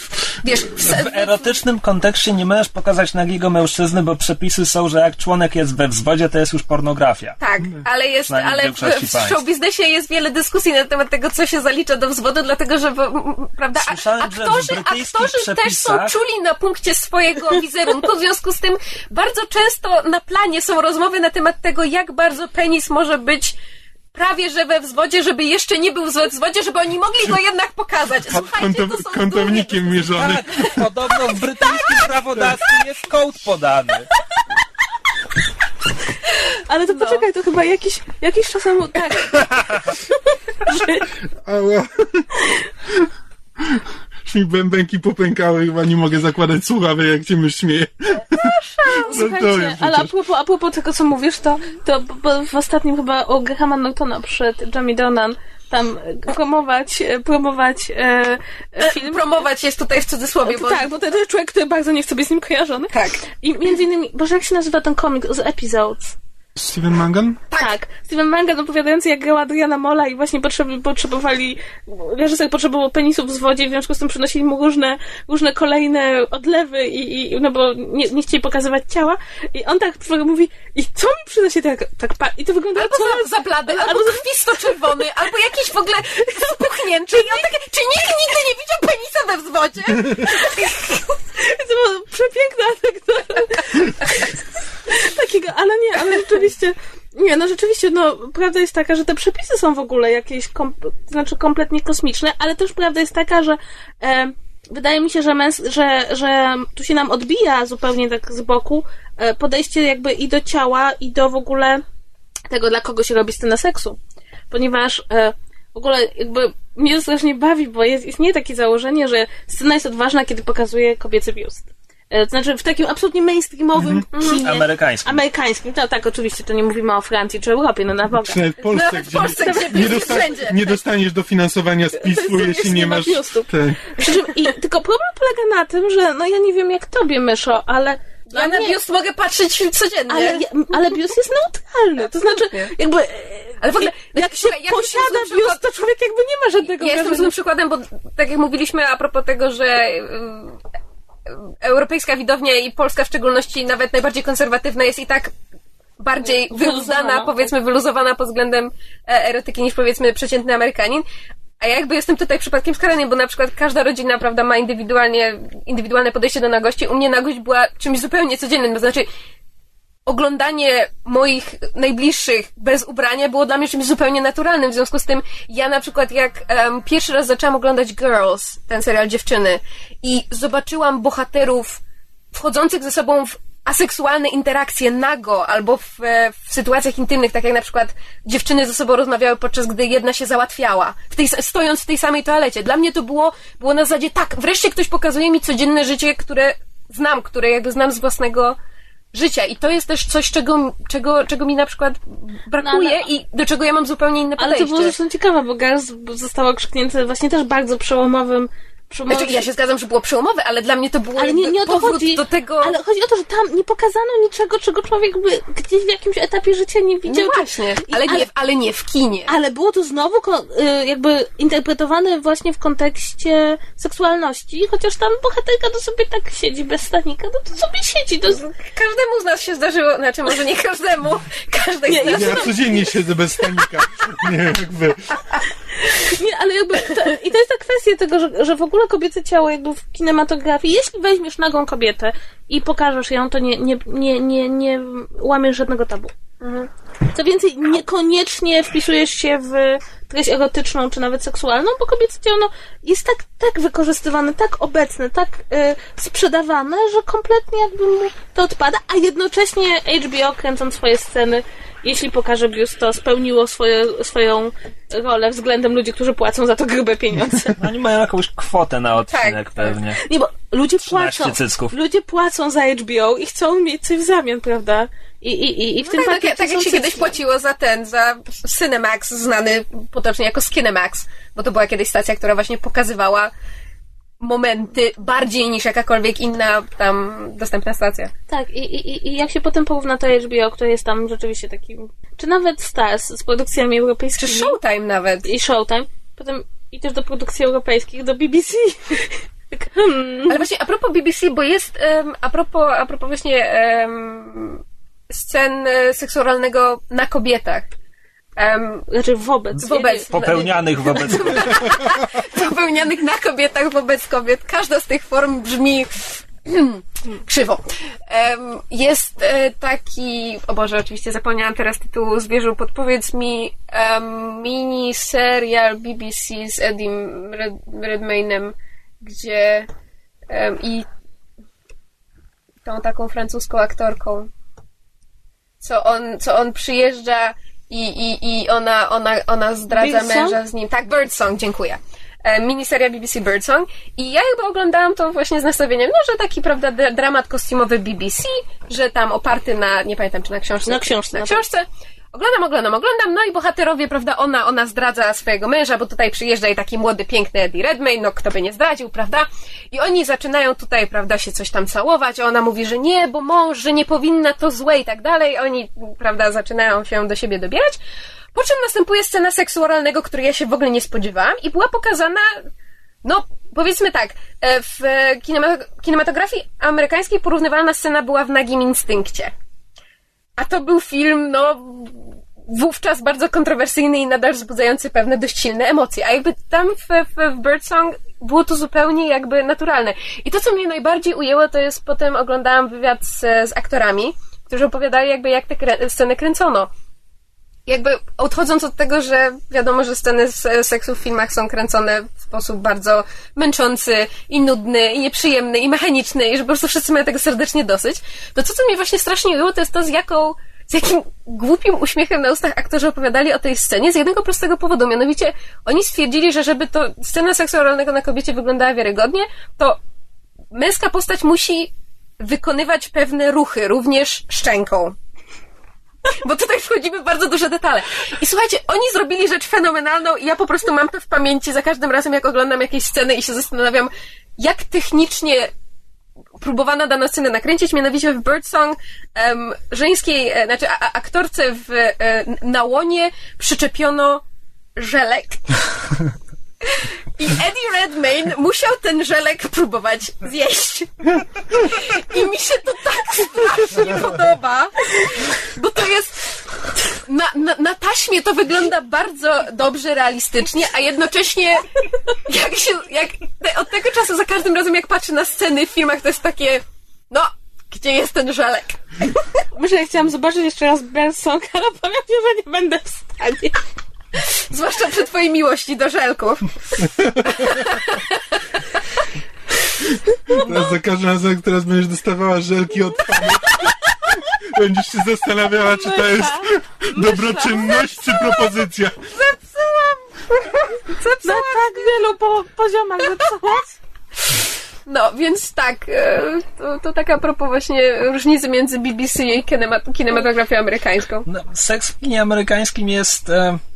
W erotycznym kontekście nie możesz pokazać nagiego mężczyzny, bo przepisy są, że jak członek jest we wzwodzie, to jest już pornografia. Tak, ale w showbiznesie jest wiele dyskusji na temat tego, co się zalicza do wzwodu, dlatego że, prawda, aktorzy też są czuli na punkcie swojego wizerunku, w związku z tym bardzo często na planie są rozmowy na temat tego, jak bardzo penis może być prawie że we wzwodzie, żeby jeszcze nie był w wzwodzie, żeby oni mogli go jednak pokazać. Słuchajcie, to są kątownikiem mierzony. Tak, podobno w brytyjskim prawodawstwie jest kołd podany. Ale to poczekaj, to chyba jakiś czas temu... Tak. Ała. Mi bębenki popękały, chyba nie mogę zakładać słuchawek, jak cię mysz śmieje. Słuchajcie, ale a propos tego, co mówisz, to w ostatnim chyba o Grahama Nortona przed Jamie Dornan tam promować film. Promować jest tutaj w cudzysłowie. Bo... Tak, bo to jest człowiek, który bardzo nie chce być z nim kojarzony. Tak. I między innymi, Boże, jak się nazywa ten komik z Episodes? Steven Mangan? Tak. Steven Mangan opowiadający, jak grał Adriana Mola i właśnie reżyser potrzebował penisów w zwodzie, w związku z tym przynosili mu różne kolejne odlewy i no bo nie chcieli pokazywać ciała i on tak mówi, i co mi przynosi i to wygląda albo za blady, albo krwisto-czerwony, albo jakiś w ogóle spuchnięty i on takie, czy nikt nigdy nie widział penisa we wzwodzie? To była przepiękna anegdota. Takiego, ale rzeczywiście, prawda jest taka, że te przepisy są w ogóle jakieś, kompletnie kosmiczne, ale też prawda jest taka, że wydaje mi się, że tu się nam odbija zupełnie tak z boku podejście jakby i do ciała, i do w ogóle tego, dla kogo się robi scenę seksu. Ponieważ w ogóle jakby mnie to strasznie bawi, bo istnieje takie założenie, że scena jest odważna, kiedy pokazuje kobiecy biust. To znaczy w takim absolutnie mainstreamowym kinie. Amerykańskim. No tak, oczywiście, to nie mówimy o Francji czy Europie, no na Boga. Przynajmniej w Polsce, gdzie nie dostaniesz dofinansowania z PiS-u, jeśli nie masz... Tylko problem polega na tym, że ja nie wiem jak tobie, Myszo, ale Ja na biust mogę patrzeć codziennie. Ale biust jest neutralny. To znaczy, jakby... Ale w ogóle, jak się posiada biust, to człowiek jakby nie ma żadnego... Ja jestem złym przykładem, bo tak jak mówiliśmy a propos tego, że europejska widownia i polska w szczególności, nawet najbardziej konserwatywna, jest i tak bardziej wyluzowana pod względem erotyki niż powiedzmy przeciętny Amerykanin. A ja jakby jestem tutaj przypadkiem skrajnym, bo na przykład każda rodzina, prawda, ma indywidualne podejście do nagości. U mnie nagość była czymś zupełnie codziennym, to znaczy oglądanie moich najbliższych bez ubrania było dla mnie czymś zupełnie naturalnym. W związku z tym ja na przykład jak pierwszy raz zaczęłam oglądać Girls, ten serial Dziewczyny, i zobaczyłam bohaterów wchodzących ze sobą w aseksualne interakcje nago albo w sytuacjach intymnych, tak jak na przykład dziewczyny ze sobą rozmawiały, podczas gdy jedna się załatwiała, stojąc w tej samej toalecie. Dla mnie to było na zasadzie tak, wreszcie ktoś pokazuje mi codzienne życie, które jakby znam z własnego życia. I to jest też coś, czego mi na przykład brakuje i do czego ja mam zupełnie inne podejście. Ale to było zresztą ciekawe, bo Girls zostało okrzyknięte właśnie też bardzo przełomowym. Znaczy, ja się zgadzam, że było przełomowe, ale dla mnie to było nie o to chodzi. Do tego... Ale chodzi o to, że tam nie pokazano niczego, czego człowiek by gdzieś w jakimś etapie życia nie widział. No właśnie, ale nie w kinie. Ale było to znowu jakby interpretowane właśnie w kontekście seksualności, chociaż tam bohaterka to sobie tak siedzi bez stanika, no to sobie siedzi. Każdemu z nas się zdarzyło, znaczy może nie każdemu, każdej z nas. Ja codziennie siedzę bez stanika. Nie wiem, jak wy. Nie, ale jakby i to jest ta kwestia tego, że w ogóle kobiece ciało jakby w kinematografii, jeśli weźmiesz nagą kobietę i pokażesz ją, to nie łamiesz żadnego tabu. Mhm. Co więcej, niekoniecznie wpisujesz się w treść erotyczną, czy nawet seksualną, bo kobiece ciało jest tak wykorzystywane, tak obecne, tak sprzedawane, że kompletnie jakby mu to odpada, a jednocześnie HBO, kręcąc swoje sceny, jeśli pokaże biust, to spełniło swoją rolę względem ludzi, którzy płacą za to grube pieniądze. Oni mają jakąś kwotę na odcinek pewnie. Nie, bo ludzie płacą za HBO i chcą mieć coś w zamian, prawda? I w tym pakiecie tak jak się kiedyś płaciło za Cinemax, znany potocznie jako Skinemax, bo to była kiedyś stacja, która właśnie pokazywała momenty bardziej niż jakakolwiek inna tam dostępna stacja. Tak, i jak się potem porówna to HBO, które jest tam rzeczywiście takim, czy nawet Stars z produkcjami europejskimi. Czy Showtime nawet. I Showtime. Potem i też do produkcji europejskich, do BBC. Ale właśnie a propos BBC, bo jest a propos właśnie scen seksualnego na kobietach. Znaczy wobec. Popełnianych wobec kobiet. Popełnianych na kobietach wobec kobiet. Każda z tych form brzmi krzywo. Jest taki, o Boże, oczywiście zapomniałam teraz tytułu zwierzu, podpowiedz mi, mini serial BBC z Edim Redmaynem, gdzie i tą taką francuską aktorką, co on przyjeżdża i ona zdradza męża z nim. Tak, Birdsong, dziękuję. Miniseria BBC Birdsong. I ja jakby oglądałam to właśnie z nastawieniem, że taki, prawda, dramat kostiumowy BBC, że tam oparty na, nie pamiętam, czy na książce. Na książce. Oglądam, no i bohaterowie, prawda, ona zdradza swojego męża, bo tutaj przyjeżdża i taki młody, piękny Eddie Redmayne, no kto by nie zdradził, prawda? I oni zaczynają tutaj, prawda, się coś tam całować, a ona mówi, że nie, bo mąż, że nie powinna, to złe i tak dalej. Oni, prawda, zaczynają się do siebie dobierać. Po czym następuje scena seksu oralnego, której ja się w ogóle nie spodziewałam i była pokazana, no, powiedzmy tak, w kinematografii amerykańskiej porównywalna scena była w Nagim Instynkcie. A to był film, no, wówczas bardzo kontrowersyjny i nadal wzbudzający pewne dość silne emocje. A jakby tam w Birdsong było to zupełnie jakby naturalne. I to, co mnie najbardziej ujęło, to jest potem oglądałam wywiad z aktorami, którzy opowiadali jakby jak te sceny kręcono. Jakby odchodząc od tego, że wiadomo, że sceny seksu w filmach są kręcone w sposób bardzo męczący i nudny i nieprzyjemny i mechaniczny i że po prostu wszyscy mają tego serdecznie dosyć, to co mnie właśnie strasznie ujęło, to jest to, z jakim głupim uśmiechem na ustach aktorzy opowiadali o tej scenie z jednego prostego powodu. Mianowicie oni stwierdzili, że żeby to scena seksu oralnego na kobiecie wyglądała wiarygodnie, to męska postać musi wykonywać pewne ruchy, również szczęką. Bo tutaj wchodzimy w bardzo duże detale. I słuchajcie, oni zrobili rzecz fenomenalną i ja po prostu mam to w pamięci za każdym razem, jak oglądam jakieś sceny i się zastanawiam, jak technicznie próbowano daną scenę nakręcić, mianowicie w Birdsong żeńskiej, znaczy aktorce na łonie przyczepiono żelek. I Eddie Redmayne musiał ten żelek próbować zjeść. I mi się to tak strasznie podoba, bo to jest... Na taśmie to wygląda bardzo dobrze, realistycznie, a jednocześnie od tego czasu za każdym razem jak patrzę na sceny w filmach, to jest takie gdzie jest ten żelek? Myślę, że chciałam zobaczyć jeszcze raz Birdsong, ale powiem ci, że nie będę w stanie. Zwłaszcza przy twojej miłości do żelków. Za każdym razem, jak teraz będziesz dostawała żelki od fanów, będziesz się zastanawiała, czy to jest dobroczynność, czy propozycja. Zepsułam! Na tak wielu poziomach zepsułaś. No, więc tak, to taka propos właśnie różnicy między BBC i kinematografią amerykańską. No, seks w kinie amerykańskim jest...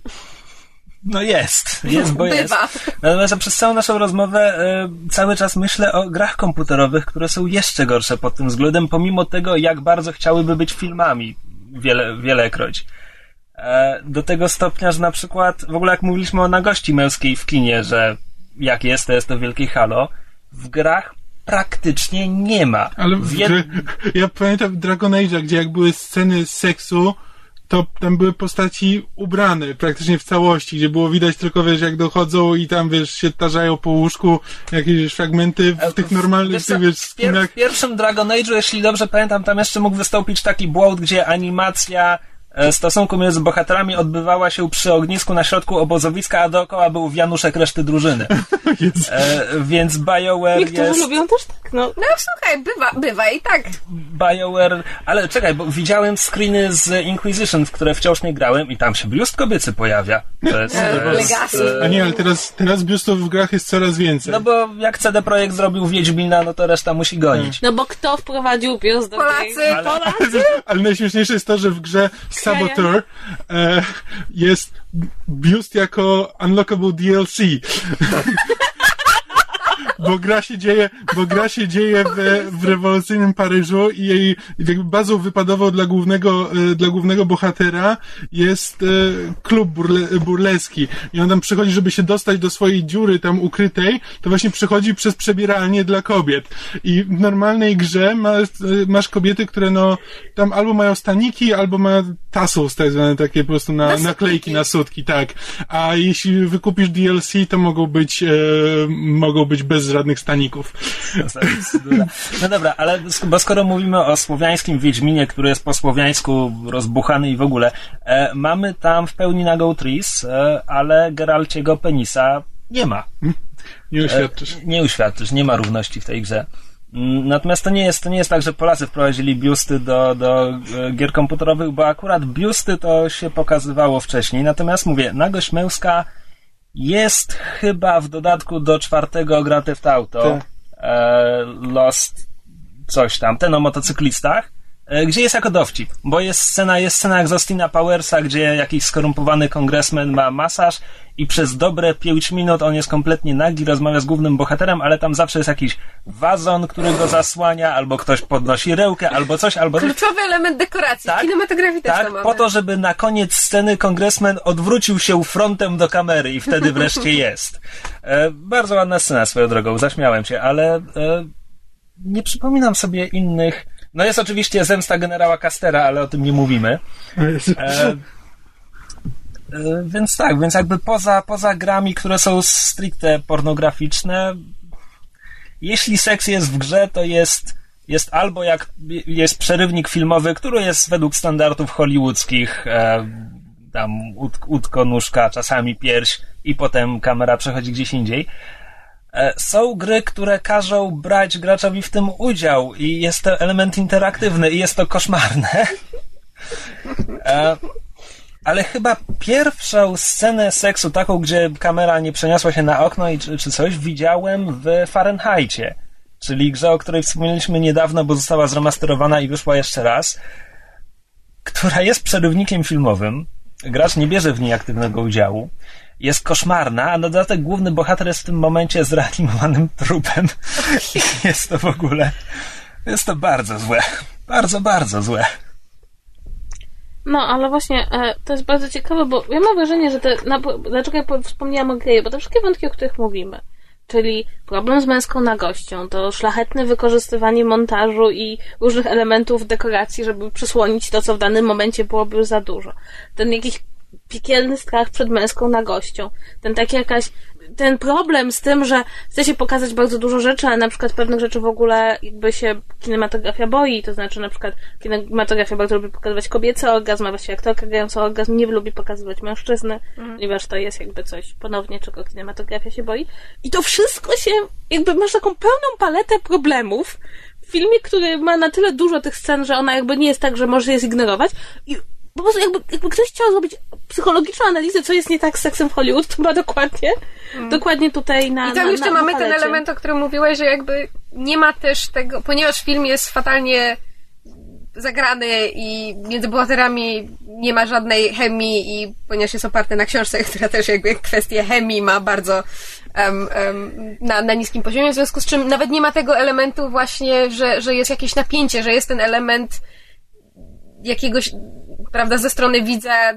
jest, bo bywa. Jest. Natomiast przez całą naszą rozmowę cały czas myślę o grach komputerowych, które są jeszcze gorsze pod tym względem, pomimo tego, jak bardzo chciałyby być filmami wielekroć. Do tego stopnia, że na przykład, w ogóle jak mówiliśmy o nagości męskiej w kinie, że jak jest, to jest to wielkie halo, w grach praktycznie nie ma. Ale ja pamiętam w Dragon Age'a, gdzie jak były sceny seksu, to tam były postaci ubrane praktycznie w całości, gdzie było widać tylko, jak dochodzą i tam, się tarzają po łóżku jakieś fragmenty w tych normalnych, skinach. W pierwszym Dragon Age'u, jeśli dobrze pamiętam, tam jeszcze mógł wystąpić taki błąd, gdzie animacja stosunku między bohaterami odbywała się przy ognisku na środku obozowiska, a dookoła był wianuszek reszty drużyny. Więc BioWare Niektórzy lubią też tak, No słuchaj, bywa i tak. BioWare... Ale czekaj, bo widziałem screeny z Inquisition, w które wciąż nie grałem i tam się biust kobiecy pojawia. To jest... Legacy. A nie, ale teraz biustów w grach jest coraz więcej. No bo jak CD Projekt zrobił Wiedźmina, no to reszta musi gonić. No bo kto wprowadził biust do Polacy! Ale najśmieszniejsze jest to, że w grze Saboteur jest biust jako unlockable DLC. Bo gra się dzieje w rewolucyjnym Paryżu i jej jakby bazą wypadową dla głównego bohatera jest klub burleski. I on tam przychodzi, żeby się dostać do swojej dziury tam ukrytej, to właśnie przychodzi przez przebieralnię dla kobiet. I w normalnej grze masz kobiety, które tam albo mają staniki, albo ma tassels, tak zwane takie po prostu naklejki na sutki, tak. A jeśli wykupisz DLC, to mogą być bez żadnych staników. No dobra, ale bo skoro mówimy o słowiańskim Wiedźminie, który jest po słowiańsku rozbuchany i w ogóle, mamy tam w pełni nagą Tris, ale Geralciego penisa nie ma. Nie uświadczysz, nie ma równości w tej grze. Natomiast to nie jest tak, że Polacy wprowadzili biusty do gier komputerowych, bo akurat biusty to się pokazywało wcześniej. Natomiast mówię, nagość męska jest chyba w dodatku do 4 Grand Theft Auto Lost coś tam, ten o motocyklistach, gdzie jest jako dowcip, bo jest scena jak z Austina Powersa, gdzie jakiś skorumpowany kongresmen ma masaż i przez dobre 5 minut on jest kompletnie nagi, rozmawia z głównym bohaterem, ale tam zawsze jest jakiś wazon, który go zasłania, albo ktoś podnosi rękę, albo coś. Kluczowy element dekoracji. W kinematografii też to mamy. Po to, żeby na koniec sceny kongresmen odwrócił się frontem do kamery i wtedy wreszcie jest. Bardzo ładna scena swoją drogą, zaśmiałem się, ale nie przypominam sobie innych. No jest oczywiście Zemsta generała Castera, ale o tym nie mówimy. Więc jakby poza grami, które są stricte pornograficzne, jeśli seks jest w grze, to jest albo jak jest przerywnik filmowy, który jest według standardów hollywoodzkich, tam łódko, nóżka, czasami pierś i potem kamera przechodzi gdzieś indziej. Są gry, które każą brać graczowi w tym udział i jest to element interaktywny i jest to koszmarne. Ale chyba pierwszą scenę seksu, taką, gdzie kamera nie przeniosła się na okno czy coś, widziałem w Fahrenheicie, czyli grze, o której wspomnieliśmy niedawno, bo została zremasterowana i wyszła jeszcze raz, która jest przerywnikiem filmowym. Gracz nie bierze w niej aktywnego udziału. jest koszmarna, a na dodatek główny bohater jest w tym momencie zreanimowanym trupem. Jest to w ogóle... Jest to bardzo złe. Bardzo, bardzo złe. No, ale właśnie to jest bardzo ciekawe, bo ja mam wrażenie, że dlaczego ja wspomniałam o Greyu, bo te wszystkie wątki, o których mówimy, czyli problem z męską nagością, to szlachetne wykorzystywanie montażu i różnych elementów dekoracji, żeby przysłonić to, co w danym momencie byłoby już za dużo. Ten jakiś piekielny strach przed męską nagością. Ten problem z tym, że chce się pokazać bardzo dużo rzeczy, ale na przykład pewnych rzeczy w ogóle jakby się kinematografia boi, to znaczy na przykład kinematografia bardzo lubi pokazywać kobiecy orgazm, a właściwie aktorka grająca orgazm nie lubi pokazywać mężczyzny, ponieważ to jest jakby coś ponownie, czego kinematografia się boi. I to wszystko się, jakby masz taką pełną paletę problemów w filmie, który ma na tyle dużo tych scen, że ona jakby nie jest tak, że może je zignorować i po prostu jakby ktoś chciał zrobić psychologiczną analizę, co jest nie tak z seksem w Hollywood, to ma dokładnie tutaj na... I tam jeszcze mamy ten element, o którym mówiłeś, że jakby nie ma też tego, ponieważ film jest fatalnie zagrany i między bohaterami nie ma żadnej chemii i ponieważ jest oparty na książce, która też jakby kwestię chemii ma bardzo na niskim poziomie, w związku z czym nawet nie ma tego elementu właśnie, że jest jakieś napięcie, że jest ten element jakiegoś, prawda, ze strony widza,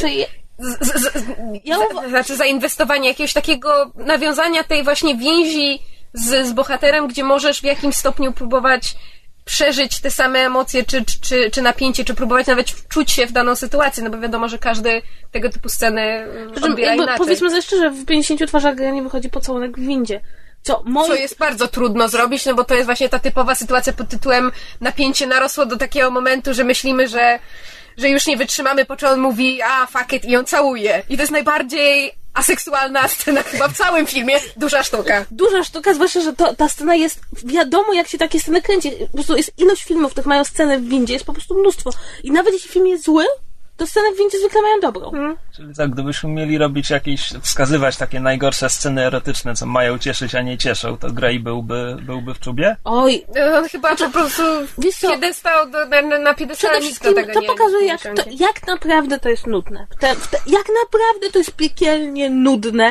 znaczy zainwestowanie jakiegoś takiego nawiązania tej właśnie więzi z bohaterem, gdzie możesz w jakimś stopniu próbować przeżyć te same emocje, czy napięcie, czy próbować nawet wczuć się w daną sytuację, no bo wiadomo, że każdy tego typu sceny odbiera inaczej. Powiedzmy sobie szczerze, w 50 twarzach Greya nie wychodzi pocałunek w windzie. Co jest bardzo trudno zrobić, no bo to jest właśnie ta typowa sytuacja pod tytułem napięcie narosło do takiego momentu, że myślimy, że już nie wytrzymamy, po czym on mówi fuck it i ją całuje. I to jest najbardziej aseksualna scena chyba w całym filmie. Duża sztuka. Duża sztuka, zwłaszcza, że ta scena jest, wiadomo jak się takie sceny kręci. Po prostu jest ilość filmów, których mają scenę w windzie, jest po prostu mnóstwo. I nawet jeśli film jest zły, to sceny w windzie zwykle mają dobrą. Czyli tak, gdybyśmy mieli robić wskazywać takie najgorsze sceny erotyczne, co mają cieszyć, a nie cieszą, to Grey byłby w czubie? Oj. On chyba po prostu piedestał na piedestale nikt do tego to pokazuje, jak naprawdę to jest nudne. Jak naprawdę to jest piekielnie nudne.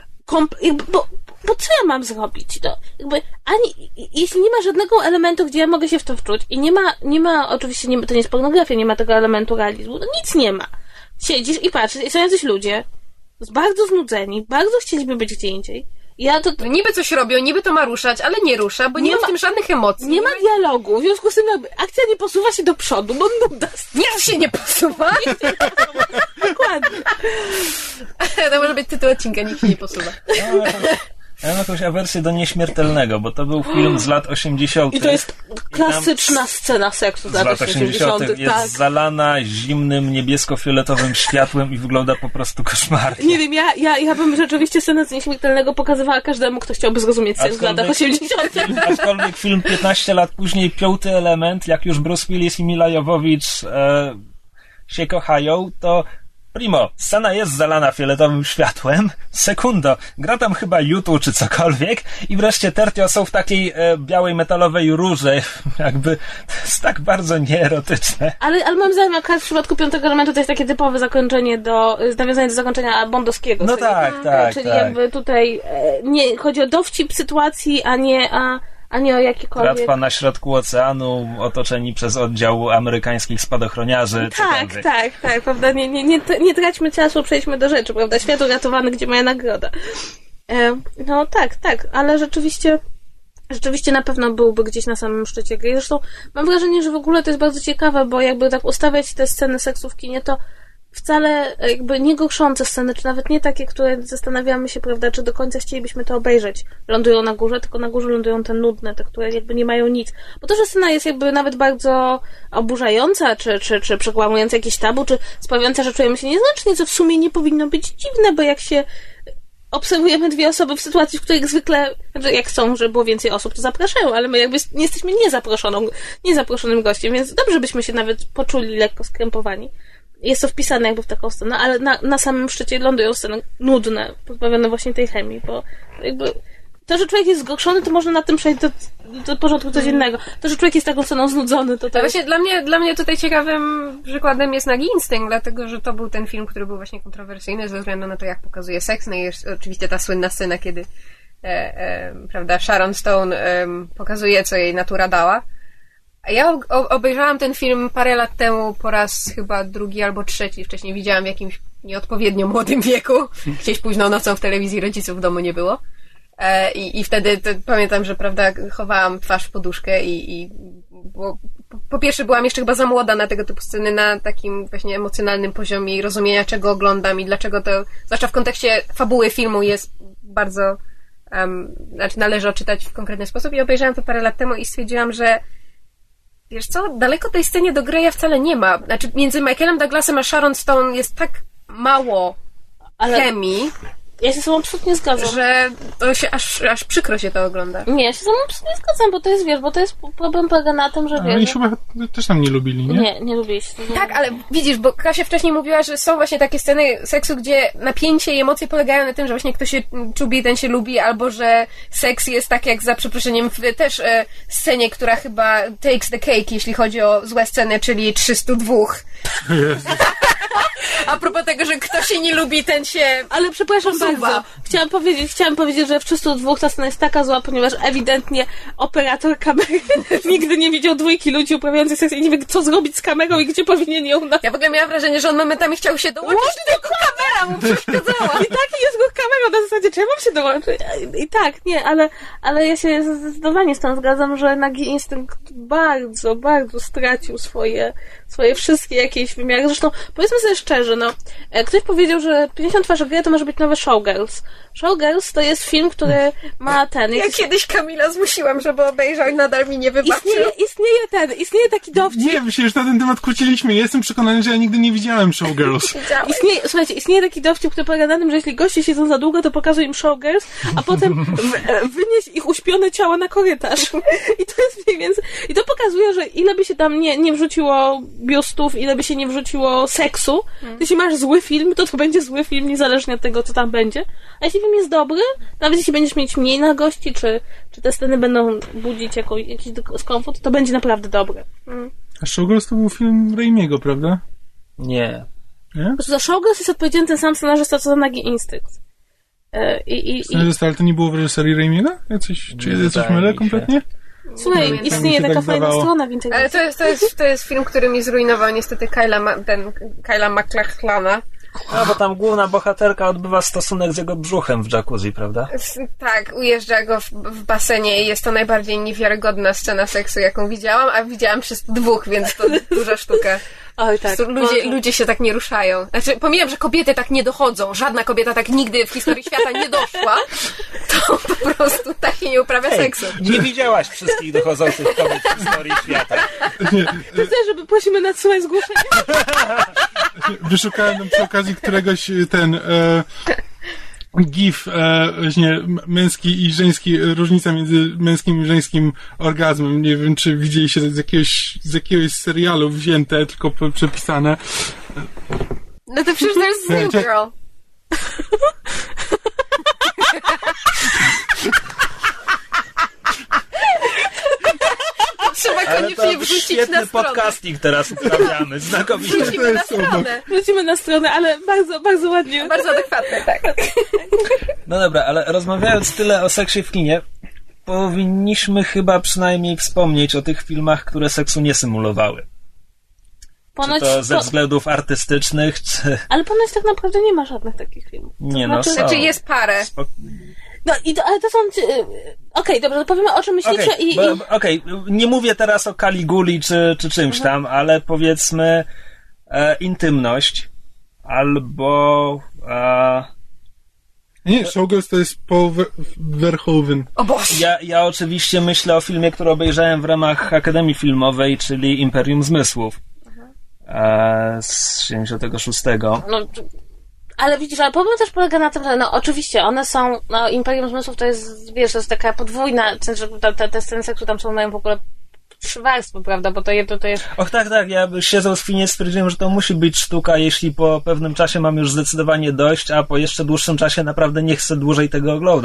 Bo co ja mam zrobić? To jeśli nie ma żadnego elementu, gdzie ja mogę się w to wczuć i nie ma oczywiście, to nie jest pornografia, nie ma tego elementu realizmu, no nic nie ma. Siedzisz i patrzysz i są jacyś ludzie bardzo znudzeni, bardzo chcieliby być gdzie indziej. No niby coś robią, niby to ma ruszać, ale nie rusza, bo nie ma w tym żadnych emocji. Nie ma dialogu, w związku z tym akcja nie posuwa się do przodu, bo nuda. Nic się nie posuwa. Dokładnie. To może być tytuł odcinka, nikt się nie posuwa. Ja mam jakąś awersję do Nieśmiertelnego, bo to był film z lat 80. I to jest klasyczna scena seksu z lat 80. Jest zalana zimnym, niebiesko-fioletowym światłem i wygląda po prostu koszmarnie. Nie wiem, ja bym rzeczywiście scenę z Nieśmiertelnego pokazywała każdemu, kto chciałby zrozumieć seks w latach 80. Aczkolwiek film 15 lat później, Piąty element, jak już Bruce Willis i Mila Jovovich się kochają, to primo, scena jest zalana fioletowym światłem, sekundo, gra tam chyba YouTube czy cokolwiek i wreszcie tertio są w takiej białej metalowej rurze, jakby to jest tak bardzo nieerotyczne. Ale mam zdaniem, akurat w przypadku Piątego elementu to jest takie typowe zakończenie nawiązanie do zakończenia bondowskiego. No tak. Czyli jakby tutaj nie chodzi o dowcip sytuacji, a nie o jakikolwiek... Tratwa na środku oceanu, otoczeni przez oddział amerykańskich spadochroniarzy. Tak, prawda? Nie traćmy czasu, przejdźmy do rzeczy, prawda? Świat uratowany, gdzie moja nagroda. No tak, ale rzeczywiście na pewno byłby gdzieś na samym szczycie gry. Zresztą mam wrażenie, że w ogóle to jest bardzo ciekawe, bo jakby tak ustawiać te sceny seksu w kinie, to wcale jakby nie gorszące sceny, czy nawet nie takie, które zastanawiamy się, prawda, czy do końca chcielibyśmy to obejrzeć. Lądują na górze, tylko na górze lądują te nudne, te, które jakby nie mają nic. Bo to, że scena jest jakby nawet bardzo oburzająca, czy przekłamująca jakieś tabu, czy sprawiająca, że czujemy się nieznacznie, co w sumie nie powinno być dziwne, bo jak się obserwujemy dwie osoby w sytuacji, w których zwykle, jak chcą, żeby było więcej osób, to zapraszają, ale my jakby nie jesteśmy niezaproszonym gościem, więc dobrze byśmy się nawet poczuli lekko skrępowani. Jest to wpisane jakby w taką scenę, ale na samym szczycie lądują sceny nudne, pozbawione właśnie tej chemii, bo jakby To, że człowiek jest zgorszony, to można na tym przejść do porządku codziennego. To, że człowiek jest taką sceną znudzony, to właśnie dla mnie tutaj ciekawym przykładem jest Nagi Instynkt, dlatego, że to był ten film, który był właśnie kontrowersyjny ze względu na to, jak pokazuje seks. No i jest oczywiście ta słynna scena, kiedy prawda, Sharon Stone pokazuje, co jej natura dała. A ja obejrzałam ten film parę lat temu po raz chyba drugi albo trzeci. Wcześniej widziałam w jakimś nieodpowiednio młodym wieku. Gdzieś późną nocą w telewizji, rodziców w domu nie było. I wtedy pamiętam, że prawda, chowałam twarz w poduszkę bo po pierwsze byłam jeszcze chyba za młoda na tego typu sceny, na takim właśnie emocjonalnym poziomie i rozumienia, czego oglądam i dlaczego to, zwłaszcza w kontekście fabuły filmu, jest bardzo znaczy należy odczytać w konkretny sposób. I obejrzałam to parę lat temu i stwierdziłam, że wiesz co, daleko tej scenie do Greya wcale nie ma. Znaczy między Michaelem Douglasem a Sharon Stone jest tak mało chemii. Ja się z tobą absolutnie zgadzam. Że to się aż przykro się to ogląda. Nie, ja się z tobą absolutnie zgadzam, bo to jest, wiesz, bo to jest problem polega na tym, że wiesz... Oni chyba też tam nie lubili, nie? Nie lubili się. Tak, ale widzisz, bo Kasia wcześniej mówiła, że są właśnie takie sceny seksu, gdzie napięcie i emocje polegają na tym, że właśnie ktoś się czubi, ten się lubi, albo że seks jest tak jak za przeproszeniem w też scenie, która chyba takes the cake, jeśli chodzi o złe sceny, czyli 302. Jezu. A propos tego, że kto się nie lubi, ten się Ale przepraszam bardzo. Chciałam powiedzieć, że w 302 ta scena jest taka zła, ponieważ ewidentnie operator kamery nigdy nie widział dwójki ludzi uprawiających seks i nie wie, co zrobić z kamerą i gdzie powinien ją Ja w ogóle miałam wrażenie, że on momentami chciał się dołączyć, tylko kamera mu przeszkadzała. I tak jest go kamerą na zasadzie, czy ja mam się dołączyć? I tak, nie, ale ja się zdecydowanie z tym zgadzam, że Nagi Instynkt bardzo, bardzo stracił swoje wszystkie jakieś wymiary. Zresztą powiedzmy sobie szczerze, ktoś powiedział, że 50 twarzy Greya to może być nowe Showgirls. Showgirls to jest film, który ma ten... Ja kiedyś Kamila zmusiłam, żeby obejrzał i nadal mi nie wybaczył. Istnieje taki dowcip. Nie, my się już na ten temat kłóciliśmy. Jestem przekonany, że ja nigdy nie widziałem Showgirls. Istnieje taki dowcip, który polega na tym, że jeśli goście siedzą za długo, to pokazuj im Showgirls, a potem wynieś ich uśpione ciało na korytarz. I to jest mniej więcej... I to pokazuje, że ile by się tam nie wrzuciło biustów, ile by się nie wrzuciło seksu, jeśli masz zły film, to będzie zły film, niezależnie od tego, co tam będzie. A jeśli film jest dobry, nawet jeśli będziesz mieć mniej na gości, czy te sceny będą budzić jakiś dyskomfort, to będzie naprawdę dobry. A Showgirls to był film Raimiego, prawda? Nie. Za Showgirls jest odpowiedzialny ten sam scenarzysta, co za Nagi Instynkt. Scenarzysta, ale to nie było w reżyserii Raimiego? Czy ja coś mylę kompletnie? Słuchaj, istnieje taka fajna strona w internecie. Ale to jest film, który mi zrujnował niestety Kyla MacLachlana. No, bo tam główna bohaterka odbywa stosunek z jego brzuchem w jacuzzi, prawda? Tak, ujeżdża go w basenie i jest to najbardziej niewiarygodna scena seksu, jaką widziałam, a widziałam przez 2, więc to duża sztuka. Oj, tak. Ludzie się tak nie ruszają. Znaczy, pomijam, że kobiety tak nie dochodzą. Żadna kobieta tak nigdy w historii świata nie doszła. To po prostu tak się nie uprawia seksu. Nie widziałaś wszystkich dochodzących kobiet w historii świata. Ty chcesz, żeby prosimy nadsyłać zgłoszenie? Wyszukałem przy okazji któregoś gif właśnie męski i żeński, różnica między męskim i żeńskim orgazmem. Nie wiem, czy widzieliście z jakiegoś serialu wzięte, tylko przepisane. No to przecież to jest New Girl. Trzeba koniecznie wrzucić na stronę. Podcasting teraz uprawiamy, znakomicie. Wrzucimy na stronę, ale bardzo, bardzo ładnie. Bardzo adekwatne, tak. No dobra, ale rozmawiając tyle o seksie w kinie, powinniśmy chyba przynajmniej wspomnieć o tych filmach, które seksu nie symulowały. Czy to ze względów artystycznych, czy... Ale ponoć tak naprawdę nie ma żadnych takich filmów. Nie, no są. Znaczy jest parę. No ale to są... Okej, dobrze, to powiemy o czym myślicie nie mówię teraz o Caliguli czy czymś tam, ale powiedzmy intymność albo... Nie, Showgirls to jest Paul Verhoeven. O Boże! Ja oczywiście myślę o filmie, który obejrzałem w ramach Akademii Filmowej, czyli Imperium Zmysłów. Z 76. No, ale widzisz, ale problem też polega na tym, że oczywiście one są, Imperium Zmysłów to jest, wiesz, to jest taka podwójna, że te sceny seksu tam są, mają w ogóle 3 warstwy, prawda, bo to jest... Och, tak, ja siedząc w kinie stwierdziłem, że to musi być sztuka, jeśli po pewnym czasie mam już zdecydowanie dość, a po jeszcze dłuższym czasie naprawdę nie chcę dłużej tego oglądać.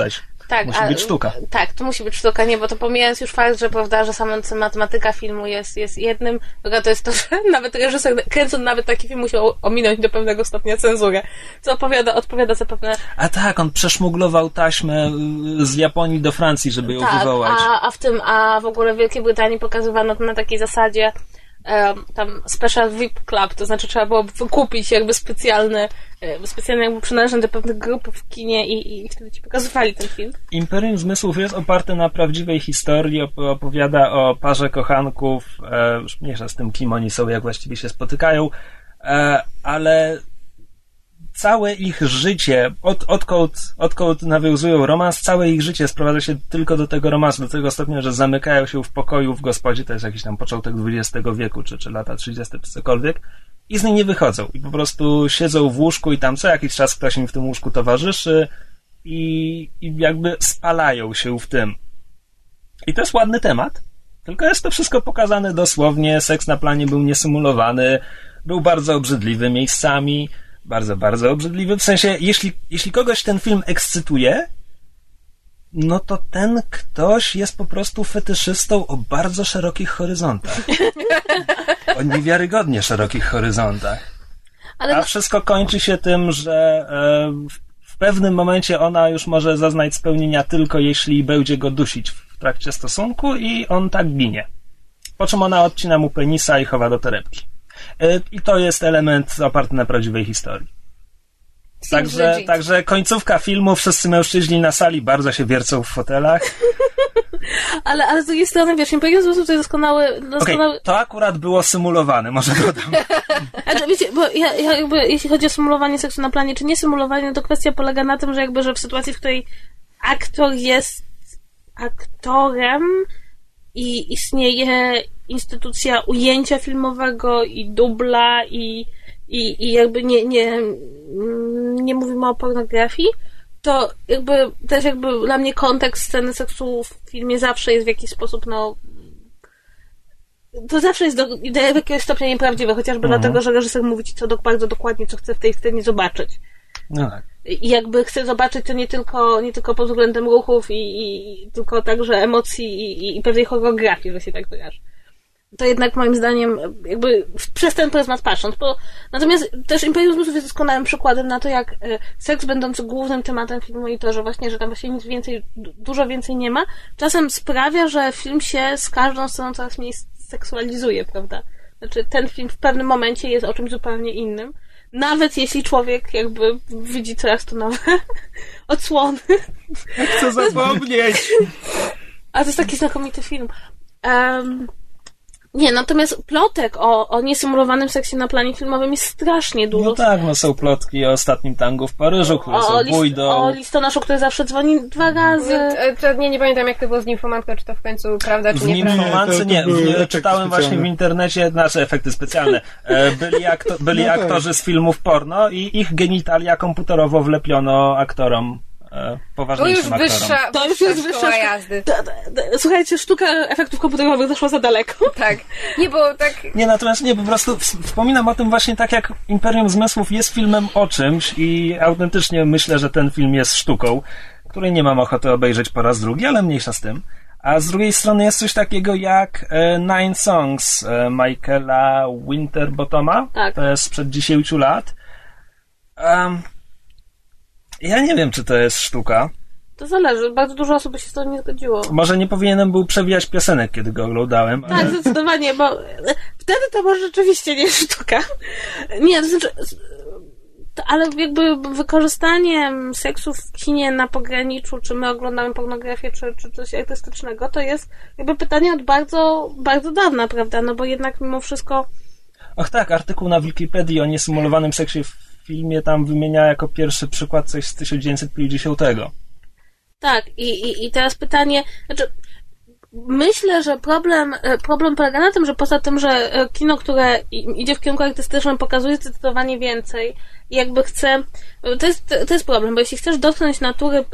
Musi być sztuka. Tak, to musi być sztuka, nie, bo to pomijając już fakt, że prawda, że sama matematyka filmu jest jednym, druga to jest to, że nawet reżyser, kręcąc nawet taki film, musiał ominąć do pewnego stopnia cenzurę, co odpowiada za pewne... A tak, on przeszmuglował taśmę z Japonii do Francji, żeby ją wywołać. A w ogóle w Wielkiej Brytanii pokazywano to na takiej zasadzie tam special VIP club, to znaczy trzeba było wykupić jakby specjalny jakby przynależny do pewnych grup w kinie i wtedy ci pokazywali ten film. Imperium Zmysłów jest oparte na prawdziwej historii, opowiada o parze kochanków, już mniejsza z tym, kim oni są, jak właściwie się spotykają, ale całe ich życie, odkąd nawiązują romans, całe ich życie sprowadza się tylko do tego romansu, do tego stopnia, że zamykają się w pokoju w gospodzie, to jest jakiś tam początek XX wieku, czy lata 30, czy cokolwiek, i z niej nie wychodzą. I po prostu siedzą w łóżku i tam co jakiś czas ktoś im w tym łóżku towarzyszy i jakby spalają się w tym. I to jest ładny temat, tylko jest to wszystko pokazane dosłownie, seks na planie był niesymulowany, był bardzo obrzydliwy miejscami, bardzo, bardzo obrzydliwy. W sensie, jeśli kogoś ten film ekscytuje, no to ten ktoś jest po prostu fetyszystą o bardzo szerokich horyzontach. O niewiarygodnie szerokich horyzontach. A wszystko kończy się tym, że w pewnym momencie ona już może zaznać spełnienia tylko jeśli będzie go dusić w trakcie stosunku i on tak ginie. Po czym ona odcina mu penisa i chowa do torebki. I to jest element oparty na prawdziwej historii. Także końcówka filmu, wszyscy mężczyźni na sali bardzo się wiercą w fotelach. Ale z drugiej strony, wiesz, Imperium Zmysłów to jest doskonały... Okej, to akurat było symulowane, może dodam. Znaczy, wiecie, bo ja jakby, jeśli chodzi o symulowanie seksu na planie, czy nie symulowanie, to kwestia polega na tym, że w sytuacji, w której aktor jest aktorem i istnieje instytucja ujęcia filmowego i dubla i jakby nie mówimy o pornografii, to też dla mnie kontekst sceny seksu w filmie zawsze jest w jakiś sposób, to zawsze jest do jakiegoś stopnia nieprawdziwe, chociażby dlatego, że reżyser mówi ci bardzo dokładnie, co chce w tej scenie zobaczyć. No tak. I jakby chce zobaczyć to nie tylko pod względem ruchów i tylko także emocji i pewnej choreografii, że się tak wyrażę. To jednak moim zdaniem jakby przez ten pryzmat patrząc. Natomiast też Imperium Zmysłów jest doskonałym przykładem na to, jak seks będący głównym tematem filmu i to, że właśnie, że tam właśnie nic więcej, dużo więcej nie ma, czasem sprawia, że film się z każdą sceną coraz mniej seksualizuje, prawda? Znaczy ten film w pewnym momencie jest o czymś zupełnie innym. Nawet jeśli człowiek jakby widzi coraz to nowe odsłony. Chcę zapomnieć! A to jest taki znakomity film. Nie, natomiast plotek o niesymulowanym seksie na planie filmowym jest strasznie dużo. No tak, są plotki o ostatnim tangu w Paryżu, które są bójdą. O listonoszu, który zawsze dzwoni 2 razy. Nie pamiętam, jak to było z Nimfomantką, czy to w końcu prawda, czy nie. W Nimfomance nie. Czytałem właśnie w internecie, efekty specjalne. Byli aktorzy z filmów porno i ich genitalia komputerowo wlepiono aktorom. Poważniejszym aktorom. To już jest wyższa jazdy. Słuchajcie, sztuka efektów komputerowych zaszła za daleko. Tak. Nie, bo tak... Natomiast po prostu wspominam o tym właśnie tak, jak Imperium Zmysłów jest filmem o czymś i autentycznie myślę, że ten film jest sztuką, której nie mam ochoty obejrzeć po raz drugi, ale mniejsza z tym. A z drugiej strony jest coś takiego jak Nine Songs Michaela Winterbothama. Tak. To jest sprzed 10 lat. Ja nie wiem, czy to jest sztuka. To zależy. Bardzo dużo osób by się z tym nie zgodziło. Może nie powinienem był przewijać piosenek, kiedy go oglądałem. Ale... Tak, zdecydowanie, bo wtedy to może rzeczywiście nie jest sztuka. Nie, to znaczy... Ale jakby wykorzystaniem seksu w kinie na pograniczu, czy my oglądamy pornografię, czy coś artystycznego, to jest jakby pytanie od bardzo, bardzo dawna, prawda? No bo jednak mimo wszystko... Och tak, artykuł na Wikipedii o niesymulowanym seksie w filmie tam wymienia jako pierwszy przykład coś z 1950. Tak, i teraz pytanie, znaczy myślę, że problem polega na tym, że poza tym, że kino, które idzie w kierunku artystycznym, pokazuje zdecydowanie więcej i jakby chce, to jest problem, bo jeśli chcesz dotknąć natury,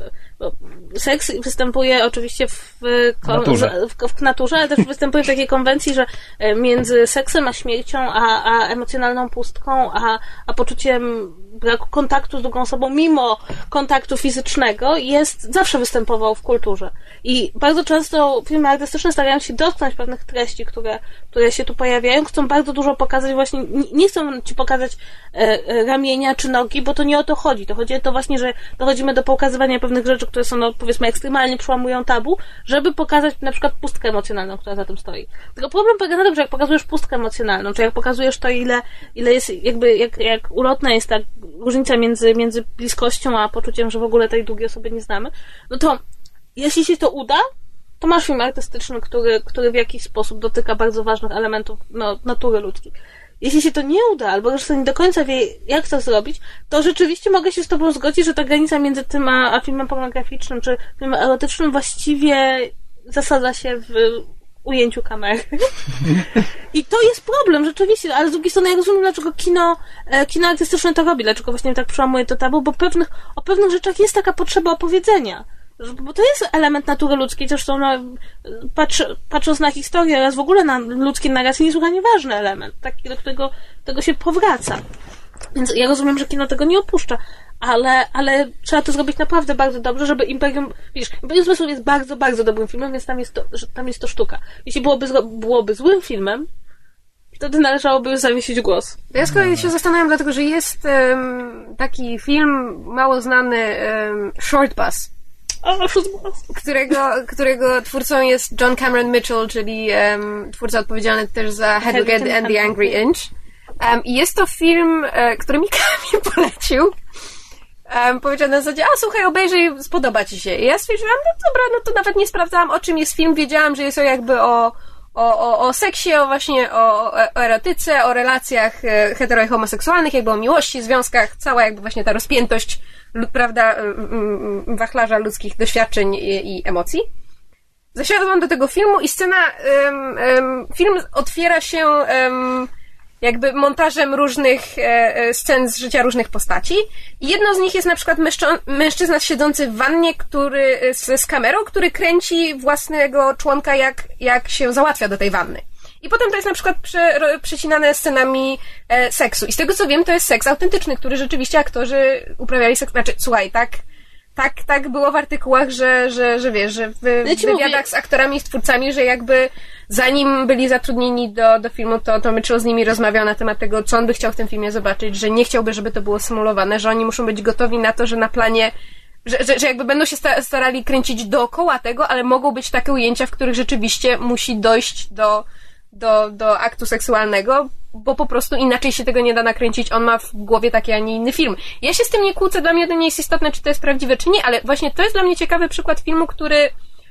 seks występuje oczywiście w naturze, ale też występuje w takiej konwencji, że między seksem a śmiercią, a emocjonalną pustką, a poczuciem braku kontaktu z drugą osobą, mimo kontaktu fizycznego, zawsze występował w kulturze. I bardzo często filmy artystyczne starają się dotknąć pewnych treści, które się tu pojawiają, chcą bardzo dużo pokazać właśnie, nie chcą ci pokazać ramienia czy nogi, bo to nie o to chodzi. To chodzi o to właśnie, że dochodzimy do pokazywania pewnych rzeczy, które są, no, powiedzmy, ekstremalnie przełamują tabu, żeby pokazać na przykład pustkę emocjonalną, która za tym stoi. Tylko problem polega na tym, że jak pokazujesz pustkę emocjonalną, czy jak pokazujesz to, ile jest, jakby, jak ulotna jest ta różnica między bliskością a poczuciem, że w ogóle tej drugiej osoby nie znamy, no to jeśli się to uda, to masz film artystyczny, który w jakiś sposób dotyka bardzo ważnych elementów natury ludzkiej. Jeśli się to nie uda, albo reżyser nie do końca wie, jak to zrobić, to rzeczywiście mogę się z tobą zgodzić, że ta granica między tym a filmem pornograficznym czy filmem erotycznym właściwie zasadza się w ujęciu kamery. I to jest problem, rzeczywiście, ale z drugiej strony ja rozumiem, dlaczego kino artystyczne to robi, dlaczego właśnie tak przełamuje to tabu, bo o pewnych rzeczach jest taka potrzeba opowiedzenia. Bo to jest element natury ludzkiej, zresztą patrząc na historię oraz w ogóle na ludzkie narracje, niesłychanie ważny element, taki, do którego tego się powraca. Więc ja rozumiem, że kino tego nie opuszcza, ale trzeba to zrobić naprawdę bardzo dobrze, żeby Imperium Zmysłów jest bardzo, bardzo dobrym filmem, więc tam jest to sztuka. Jeśli byłoby złym filmem, wtedy należałoby już zawiesić głos. Ja z kolei się zastanawiam, dlatego że jest taki film mało znany Short Bus, którego twórcą jest John Cameron Mitchell, czyli twórca odpowiedzialny też za Hedwig and the Angry Inch. I jest to film, który mi Kamil polecił. Powiedział na zasadzie, słuchaj, obejrzyj, spodoba ci się. I ja stwierdziłam, no dobra, no to nawet nie sprawdzałam, o czym jest film. Wiedziałam, że jest jakby o seksie, o erotyce, o relacjach hetero i homoseksualnych, jakby o miłości, związkach, cała jakby właśnie ta rozpiętość, prawda, wachlarza ludzkich doświadczeń i emocji. Zasiadłam do tego filmu i film otwiera się jakby montażem różnych scen z życia różnych postaci. I jedną z nich jest na przykład mężczyzna siedzący w wannie, z kamerą, który kręci własnego członka, jak się załatwia do tej wanny. I potem to jest na przykład przecinane scenami seksu. I z tego co wiem, to jest seks autentyczny, który rzeczywiście aktorzy uprawiali seks. Znaczy, słuchaj, tak było w artykułach, że wiesz, że w wywiadach z aktorami i z twórcami, że jakby zanim byli zatrudnieni do filmu, to Mitchell z nimi rozmawiał na temat tego, co on by chciał w tym filmie zobaczyć, że nie chciałby, żeby to było symulowane, że oni muszą być gotowi na to, że na planie, że jakby będą się starali kręcić dookoła tego, ale mogą być takie ujęcia, w których rzeczywiście musi dojść do aktu seksualnego, bo po prostu inaczej się tego nie da nakręcić. On ma w głowie taki, a nie inny film. Ja się z tym nie kłócę, dla mnie to nie jest istotne, czy to jest prawdziwe, czy nie, ale właśnie to jest dla mnie ciekawy przykład filmu, który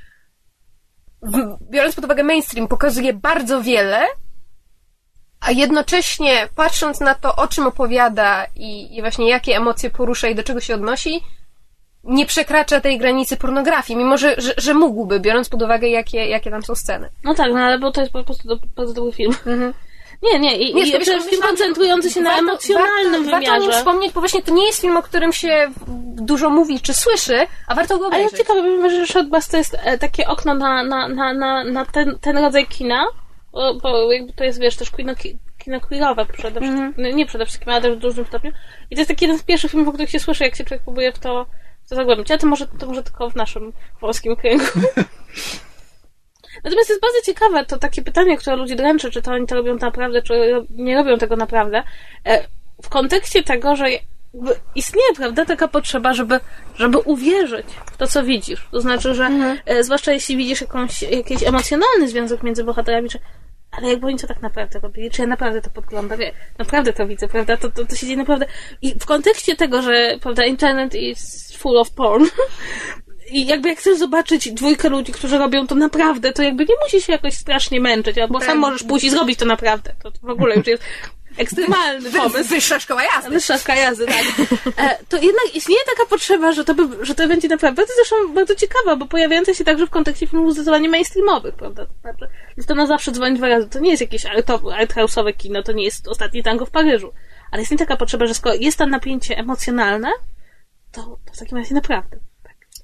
biorąc pod uwagę mainstream, pokazuje bardzo wiele, a jednocześnie patrząc na to, o czym opowiada i właśnie jakie emocje porusza i do czego się odnosi, nie przekracza tej granicy pornografii, mimo że mógłby, biorąc pod uwagę, jakie tam są sceny. No tak, no ale bo to jest po prostu bardzo dobry film. Mhm. Nie, to jest film koncentrujący się na emocjonalnym wymiarze. Warto o nim wspomnieć, bo właśnie to nie jest film, o którym się dużo mówi czy słyszy, a warto go obejrzeć. Ale ciekawe, że Short Bus to jest takie okno na ten rodzaj kina, bo jakby to jest, wiesz, też kino queerowe przede wszystkim, nie przede wszystkim, ale też w dużym stopniu. I to jest taki jeden z pierwszych filmów, o których się słyszy, jak się człowiek próbuje w to zagłębić. Ale to może tylko w naszym polskim kręgu. Natomiast jest bardzo ciekawe to takie pytanie, które ludzi dręczy, czy to oni to robią naprawdę, czy nie robią tego naprawdę, w kontekście tego, że istnieje, prawda, taka potrzeba, żeby uwierzyć w to, co widzisz. To znaczy, że zwłaszcza jeśli widzisz jakiś emocjonalny związek między bohaterami, czy ale jakby oni to tak naprawdę robili, czy ja naprawdę to podglądam, ja naprawdę to widzę, prawda, to się dzieje naprawdę. I w kontekście tego, że, prawda, internet is full of porn, i jakby jak chcesz zobaczyć dwójkę ludzi, którzy robią to naprawdę, to jakby nie musisz się jakoś strasznie męczyć, albo sam możesz pójść i zrobić to naprawdę. To w ogóle już jest ekstremalny pomysł. Wyższa szkoła jazdy. Wyższa szkoła jazdy, tak. To jednak istnieje taka potrzeba, że to będzie naprawdę, to jest zresztą bardzo ciekawa, bo pojawiająca się także w kontekście filmów zdecydowanie mainstreamowych, prawda? To znaczy, jest to na zawsze dzwoni 2 razy. To nie jest jakieś arthouse'owe kino, to nie jest Ostatni tango w Paryżu. Ale istnieje taka potrzeba, że skoro jest tam napięcie emocjonalne, to w takim razie naprawdę.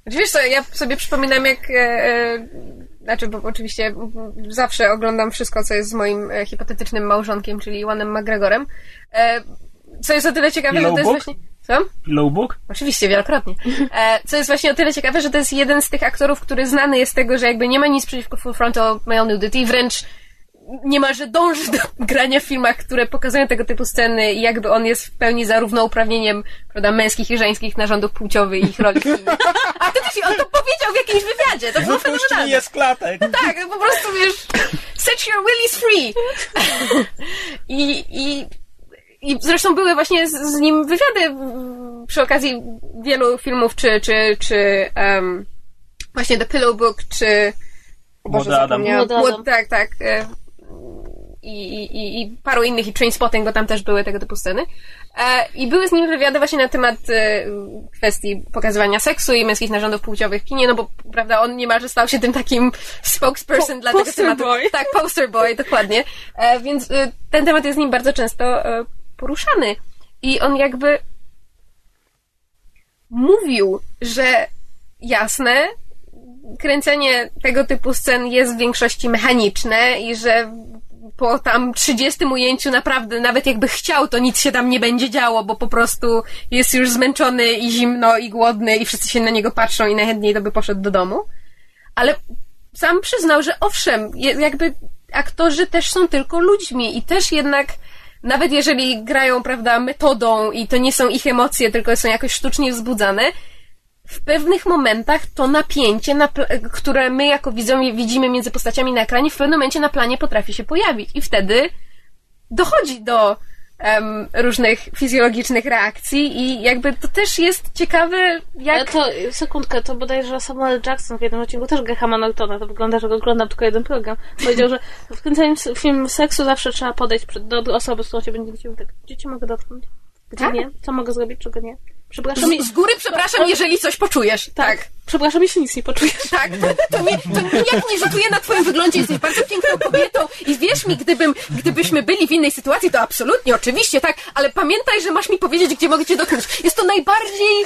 Wiesz co, ja sobie przypominam jak... Znaczy, bo oczywiście zawsze oglądam wszystko, co jest z moim hipotetycznym małżonkiem, czyli Ewanem McGregorem. Co jest o tyle ciekawe, że to jest właśnie... Co? Lowbook? Oczywiście, wielokrotnie. Co jest właśnie o tyle ciekawe, że to jest jeden z tych aktorów, który znany jest z tego, że jakby nie ma nic przeciwko full frontal male nudity, wręcz niemalże dąży do grania w filmach, które pokazują tego typu sceny i jakby on jest w pełni za równouprawnieniem, prawda, męskich i żeńskich narządów płciowych i ich roli w filmie. A ty też on to powiedział w jakimś wywiadzie, to było fenomenalne. Jest klatek. Tak, po prostu wiesz, set your willies free. I zresztą były właśnie z nim wywiady przy okazji wielu filmów, czy właśnie The Pillow Book, czy Młody Adam. Tak. I paru innych, i Trainspotting, bo tam też były tego typu sceny. I były z nim wywiady właśnie na temat kwestii pokazywania seksu i męskich narządów płciowych w kinie, no bo, prawda, on niemalże stał się tym takim spokesperson dla tego tematu. Boy. Tak, poster boy, dokładnie. Więc ten temat jest z nim bardzo często poruszany. I on jakby mówił, że jasne, kręcenie tego typu scen jest w większości mechaniczne i że po tam 30 ujęciu naprawdę, nawet jakby chciał, to nic się tam nie będzie działo, bo po prostu jest już zmęczony i zimno i głodny i wszyscy się na niego patrzą i najchętniej to by poszedł do domu. Ale sam przyznał, że owszem, jakby aktorzy też są tylko ludźmi i też jednak nawet jeżeli grają, prawda, metodą i to nie są ich emocje, tylko są jakoś sztucznie wzbudzane, w pewnych momentach to napięcie, które my jako widzowie widzimy między postaciami na ekranie, w pewnym momencie na planie potrafi się pojawić i wtedy dochodzi do różnych fizjologicznych reakcji i jakby to też jest ciekawe, jak... To, sekundkę, to bodajże Samuel Jackson w jednym odcinku też Grahama Nortona, to wygląda, że oglądam tylko jeden program, powiedział, że w kręceniu filmu seksu zawsze trzeba podejść do osoby, z którą się będzie chciał tak, gdzie cię mogę dotknąć? Gdzie nie? Co mogę zrobić, czego nie? Przepraszam, z góry przepraszam, jeżeli coś poczujesz. Tak. Przepraszam, jeśli nic nie poczujesz. Tak. To nijak nie rzutuje na twoim wyglądzie. Jesteś bardzo piękną kobietą i wierz mi, gdybyśmy byli w innej sytuacji, to absolutnie, oczywiście, tak, ale pamiętaj, że masz mi powiedzieć, gdzie mogę cię dotknąć. Jest to najbardziej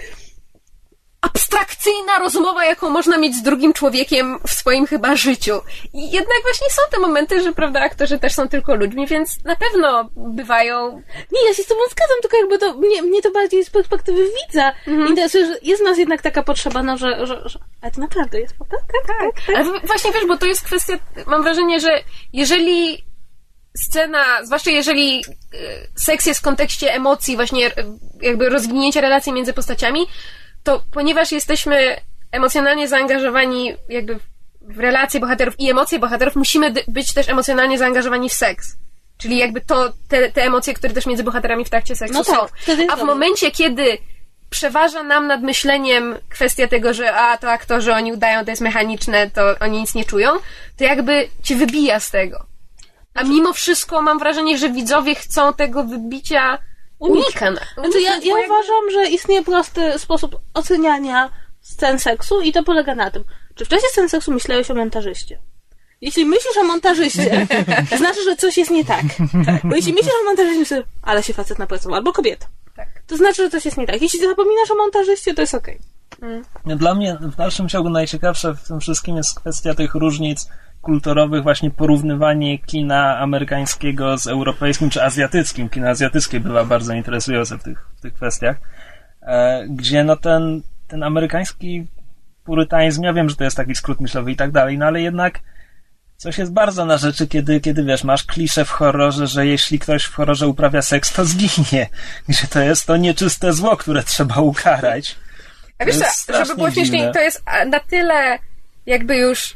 abstrakcyjna rozmowa, jaką można mieć z drugim człowiekiem w swoim chyba życiu. I jednak właśnie są te momenty, że, prawda, aktorzy też są tylko ludźmi, więc na pewno bywają... Nie, ja się z tobą zgadzam, tylko jakby to, mnie to bardziej z perspektywy widza interesuje, że jest w nas jednak taka potrzeba, no, że ale to naprawdę jest, prawda? Tak. Ale właśnie, wiesz, bo to jest kwestia, mam wrażenie, że jeżeli scena, zwłaszcza jeżeli seks jest w kontekście emocji, właśnie jakby rozwinięcia relacji między postaciami, to ponieważ jesteśmy emocjonalnie zaangażowani jakby w relacje bohaterów i emocje bohaterów, musimy być też emocjonalnie zaangażowani w seks. Czyli jakby te emocje, które też między bohaterami w trakcie seksu są. A w momencie, kiedy przeważa nam nad myśleniem kwestia tego, że to aktorzy, oni udają, to jest mechaniczne, to oni nic nie czują, to jakby cię wybija z tego. A mimo wszystko mam wrażenie, że widzowie chcą tego wybicia unikać. Znaczy ja uważam, że istnieje prosty sposób oceniania scen seksu i to polega na tym, czy w czasie scen seksu myślałeś o montażyście. Jeśli myślisz o montażyście, to znaczy, że coś jest nie tak. Bo jeśli myślisz o montażyście, myślisz, ale się facet napracował, albo kobieta. To znaczy, że coś jest nie tak. Jeśli zapominasz o montażyście, to jest okej. Dla mnie w dalszym ciągu najciekawsze w tym wszystkim jest kwestia tych różnic kulturowych, właśnie porównywanie kina amerykańskiego z europejskim czy azjatyckim. Kino azjatyckie bywa bardzo interesujące w tych kwestiach, gdzie no ten amerykański purytanizm, ja wiem, że to jest taki skrót myślowy i tak dalej, no ale jednak coś jest bardzo na rzeczy, kiedy wiesz, masz kliszę w horrorze, że jeśli ktoś w horrorze uprawia seks, to zginie. Gdzie to jest to nieczyste zło, które trzeba ukarać. A wiesz co, żeby było śmieszniej, to jest na tyle jakby już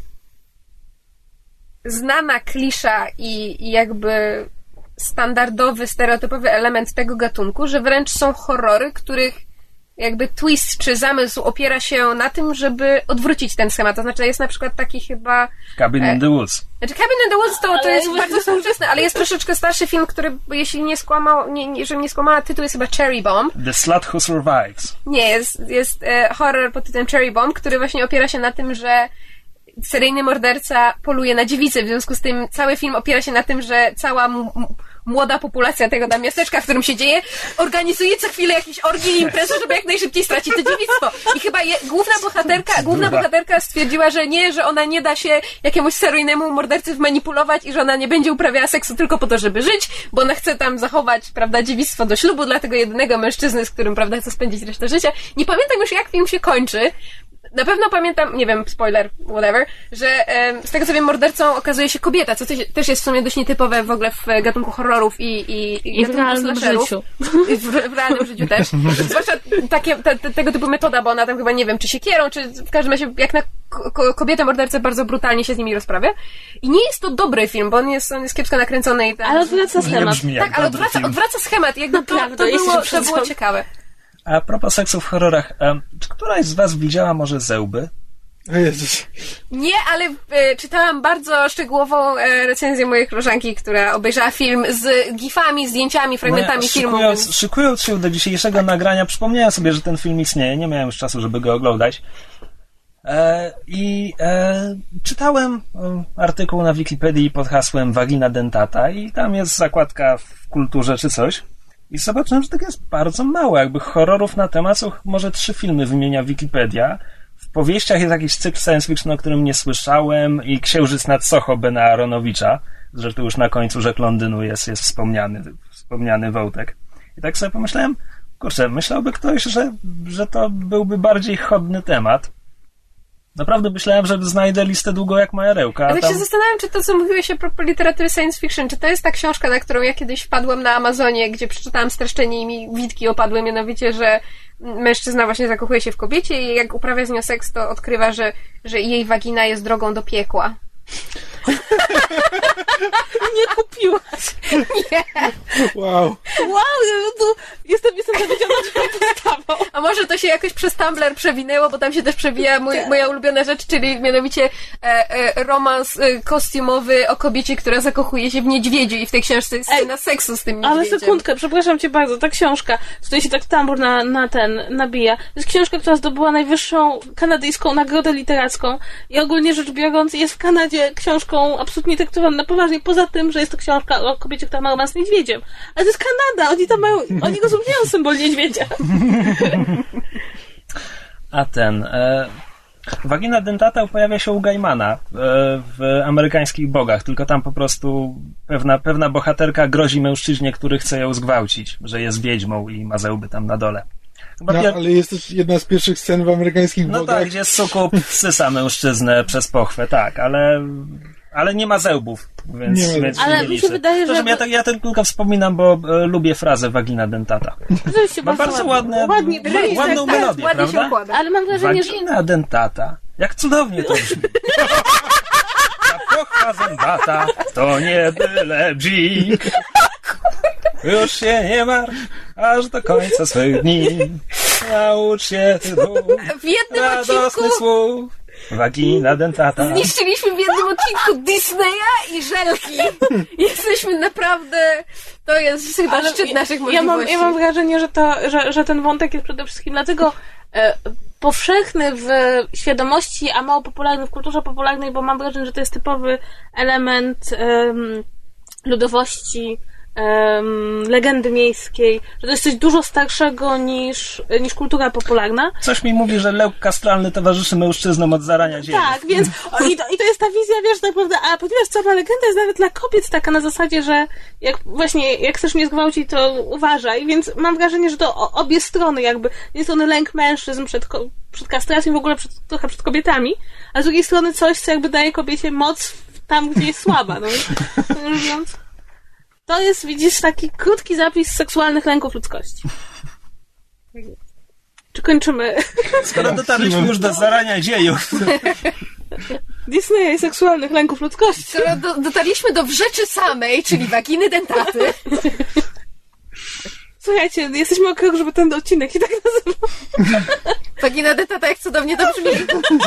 znana klisza i jakby standardowy, stereotypowy element tego gatunku, że wręcz są horrory, których jakby twist czy zamysł opiera się na tym, żeby odwrócić ten schemat. To znaczy jest na przykład taki chyba... Cabin in the Woods. Znaczy Cabin in the Woods to jest bardzo współczesne, ale jest troszeczkę starszy film, który, jeśli nie skłamał, jeżeli nie skłamała, tytuł jest chyba Cherry Bomb. The Slut Who Survives. Nie, jest horror pod tytułem Cherry Bomb, który właśnie opiera się na tym, że seryjny morderca poluje na dziewicy, w związku z tym cały film opiera się na tym, że cała młoda populacja tego tam miasteczka, w którym się dzieje, organizuje co chwilę jakieś orgie i imprezy, żeby jak najszybciej stracić to dziewictwo. I chyba główna bohaterka stwierdziła, że nie, że ona nie da się jakiemuś seryjnemu mordercy wmanipulować i że ona nie będzie uprawiała seksu tylko po to, żeby żyć, bo ona chce tam zachować, prawda, dziewictwo do ślubu dla tego jedynego mężczyzny, z którym, prawda, chce spędzić resztę życia. Nie pamiętam już, jak film się kończy. Na pewno pamiętam, nie wiem, spoiler, whatever, że z tego co wiem, mordercą okazuje się kobieta, co też jest w sumie dość nietypowe w ogóle w gatunku horrorów i w realnym życiu. W realnym życiu też. Zwłaszcza tego typu metoda, bo ona tam chyba, nie wiem, czy siekierą, czy w każdym razie jak na kobietę mordercę bardzo brutalnie się z nimi rozprawia. I nie jest to dobry film, bo on jest kiepsko nakręcony. Ale odwraca schemat. Tak, ale odwraca schemat. Jakby to było ciekawe. A propos seksu w horrorach, czy któraś z was widziała może Zełby? O Jezus. Nie, ale czytałam bardzo szczegółową recenzję mojej koleżanki, która obejrzała film z gifami, zdjęciami, fragmentami filmu. Szykując się do dzisiejszego nagrania, przypomniałem sobie, że ten film istnieje. Nie miałem już czasu, żeby go oglądać. Czytałem artykuł na Wikipedii pod hasłem Vagina dentata i tam jest zakładka w kulturze czy coś. I zobaczyłem, że tego jest bardzo mało. Jakby horrorów na temat są może 3 filmy wymienia Wikipedia. W powieściach jest jakiś cykl science fiction, o którym nie słyszałem, i Księżyc nad Soho Bena Aronowicza, że tu już na końcu rzek Londynu jest wspomniany wątek. I tak sobie pomyślałem, kurczę, myślałby ktoś, że to byłby bardziej chodny temat. Naprawdę myślałem, że znajdę listę długo jak majarełka. Ja tak się zastanawiam, czy to, co mówiłeś a propos literatury science fiction, czy to jest ta książka, na którą ja kiedyś wpadłam na Amazonie, gdzie przeczytałam streszczenie i mi witki opadły, mianowicie, że mężczyzna właśnie zakochuje się w kobiecie i jak uprawia z nią seks, to odkrywa, że jej wagina jest drogą do piekła. Nie kupiłaś. Nie. Wow, jestem zawiedziona twoją postawą. A może to się jakoś przez Tumblr przewinęło, bo tam się też przewija moja ulubiona rzecz, czyli mianowicie romans kostiumowy o kobiecie, która zakochuje się w niedźwiedziu i w tej książce jest scena seksu z tym niedźwiedziem. Ale sekundkę, przepraszam cię bardzo, ta książka, tutaj się tak Tumblr nabija, to jest książka, która zdobyła najwyższą kanadyjską nagrodę literacką i ogólnie rzecz biorąc jest w Kanadzie książką absolutnie traktowaną na poważnie, poza tym, że jest to książka o kobiecie, która ma romans z niedźwiedziem. Ale to jest Kanada, oni rozumieją symbol niedźwiedzia. A Vagina dentata pojawia się u Gaimana w Amerykańskich Bogach, tylko tam po prostu pewna bohaterka grozi mężczyźnie, który chce ją zgwałcić, że jest wiedźmą i ma zęby tam na dole. Ale jest też jedna z pierwszych scen w Amerykańskich Bogach. No tak, gdzie sukub wsysa mężczyznę przez pochwę, tak, ale nie ma zębów, więc ale nie mi się wydaje, że... Ja tylko wspominam, bo lubię frazę Vagina dentata. Ma bardzo ładną melodię, prawda? Ale mam wrażenie, że... Vagina dentata. Jak cudownie to brzmi. Ta pochwa zębata to nie byle bzik. Już się nie martw, aż do końca swych dni. Naucz się w jednym radosnych słów. Vagina dentata. Zniszczyliśmy w jednym odcinku Disneya i Żelki. Jesteśmy naprawdę... To jest chyba szczyt naszych możliwości. Ja mam wrażenie, że ten wątek jest przede wszystkim dlatego powszechny w świadomości, a mało popularny w kulturze popularnej, bo mam wrażenie, że to jest typowy element ludowości, legendy miejskiej, że to jest coś dużo starszego niż kultura popularna. Coś mi mówi, że leuk kastralny towarzyszy mężczyznom od zarania dziejów. Tak, więc i to jest ta wizja, wiesz, tak naprawdę, a ponieważ cała legenda jest nawet dla kobiet taka na zasadzie, że jak chcesz mnie zgwałcić, to uważaj, więc mam wrażenie, że to obie strony jakby, z jednej strony lęk mężczyzn przed kastracją, w ogóle trochę przed kobietami, a z drugiej strony coś, co jakby daje kobiecie moc tam, gdzie jest słaba, no mówiąc. To jest, widzisz, taki krótki zapis seksualnych lęków ludzkości. Czy kończymy? Skoro dotarliśmy już do zarania dziejów. Disneya i seksualnych lęków ludzkości. Skoro dotarliśmy do rzeczy samej, czyli waginy dentaty. Słuchajcie, jesteśmy o krok, żeby ten odcinek i tak nazywał. Wagina dentata, jak cudownie to brzmi.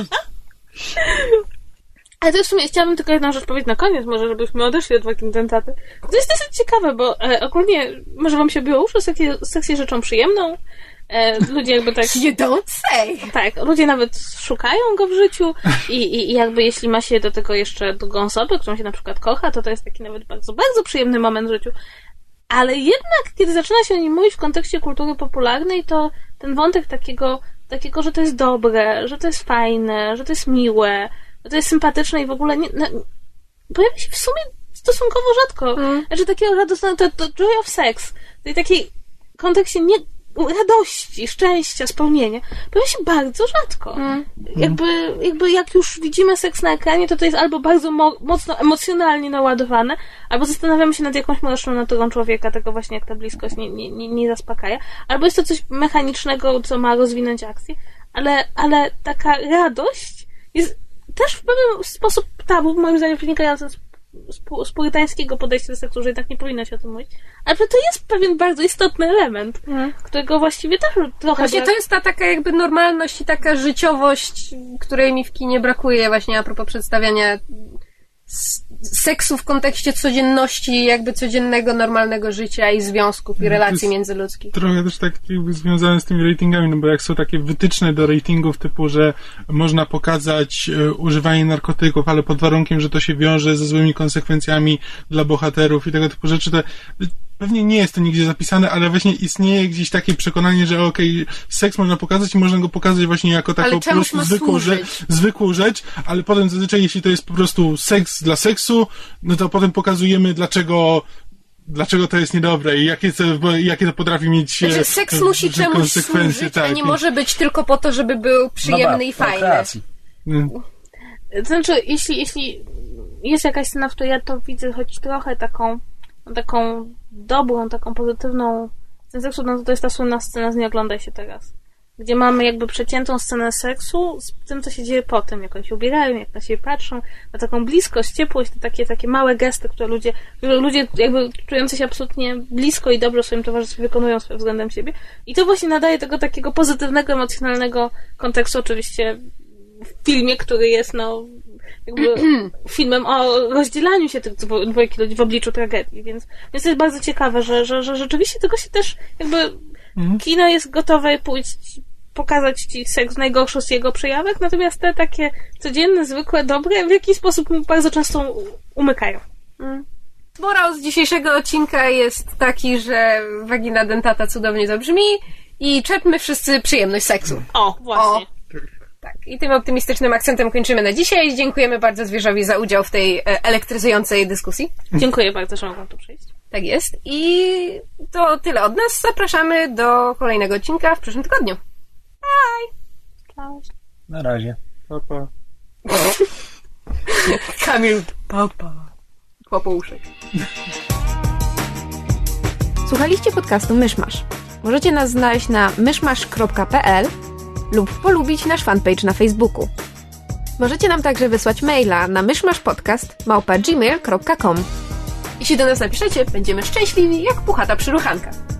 Ale to w sumie chciałabym tylko jedną rzecz powiedzieć na koniec, może żebyśmy odeszli od waginy dentaty. To jest dosyć ciekawe, bo ogólnie może wam się było uszło seks jest rzeczą przyjemną. Ludzie jakby tak... You don't say! Tak, ludzie nawet szukają go w życiu i jakby jeśli ma się do tego jeszcze drugą osobę, którą się na przykład kocha, to jest taki nawet bardzo, bardzo przyjemny moment w życiu. Ale jednak, kiedy zaczyna się o nim mówić w kontekście kultury popularnej, to ten wątek takiego, że to jest dobre, że to jest fajne, że to jest miłe, że to jest sympatyczne i w ogóle pojawia się w sumie stosunkowo rzadko. Znaczy takiego radosnego, to joy of sex, w tej takiej kontekście radości, szczęścia, spełnienia, pojawia się bardzo rzadko. Jakby jak już widzimy seks na ekranie, to jest albo bardzo mocno emocjonalnie naładowane, albo zastanawiamy się nad jakąś mroczną naturą człowieka, tego właśnie jak ta bliskość nie zaspokaja, albo jest to coś mechanicznego, co ma rozwinąć akcję, ale taka radość jest też w pewien sposób tabu, moim zdaniem wynikająca z purytańskiego podejścia do seksu, że jednak nie powinno się o tym mówić, ale to jest pewien bardzo istotny element, którego właściwie też trochę... Właśnie to jest ta taka jakby normalność i taka życiowość, której mi w kinie brakuje właśnie a propos przedstawiania seksu w kontekście codzienności, jakby codziennego, normalnego życia i związków i relacji międzyludzkich. Trochę też tak jakby związane z tymi ratingami, no bo jak są takie wytyczne do ratingów typu, że można pokazać używanie narkotyków, ale pod warunkiem, że to się wiąże ze złymi konsekwencjami dla bohaterów i tego typu rzeczy, to pewnie nie jest to nigdzie zapisane, ale właśnie istnieje gdzieś takie przekonanie, że seks można pokazać i można go pokazać właśnie jako taką po prostu zwykłą rzecz, ale potem zazwyczaj, jeśli to jest po prostu seks dla seksu, no to potem pokazujemy, dlaczego to jest niedobre i jakie to potrafi mieć znaczy, seks musi czemuś służyć, a nie może być tylko po to, żeby był przyjemny i fajny. To znaczy, jeśli jest jakaś scena, w której ja to widzę choć trochę taką dobrą, taką pozytywną scenę seksu, no to jest ta słynna scena z Nie oglądaj się teraz. Gdzie mamy jakby przeciętą scenę seksu z tym, co się dzieje po tym, jak oni się ubierają, jak na siebie patrzą, na taką bliskość, ciepłość, takie małe gesty, które ludzie jakby czujący się absolutnie blisko i dobrze w swoim towarzystwie wykonują względem siebie. I to właśnie nadaje tego takiego pozytywnego, emocjonalnego kontekstu oczywiście w filmie, który jest jakby filmem o rozdzielaniu się tych dwojga ludzi w obliczu tragedii, więc to jest bardzo ciekawe, że rzeczywiście tego się też jakby kino jest gotowe pójść, pokazać ci seks najgorszy z jego przejawek, natomiast te takie codzienne, zwykłe, dobre w jakiś sposób mu bardzo często umykają. Morał z dzisiejszego odcinka jest taki, że vagina dentata cudownie zabrzmi i czerpmy wszyscy przyjemność seksu. O, właśnie. Tak, i tym optymistycznym akcentem kończymy na dzisiaj. Dziękujemy bardzo Zwierzowi za udział w tej elektryzującej dyskusji. Dziękuję bardzo, że mogłam tu przyjść. Tak jest. I to tyle od nas. Zapraszamy do kolejnego odcinka w przyszłym tygodniu. Bye! Cześć. Na razie. Papa. Kamil, papa. Chłopouszek. Słuchaliście podcastu Myszmasz. Możecie nas znaleźć na myszmasz.pl lub polubić nasz fanpage na Facebooku. Możecie nam także wysłać maila na myszmaszpodcast@gmail.com. Jeśli do nas napiszecie, będziemy szczęśliwi jak puchata przyruchanka.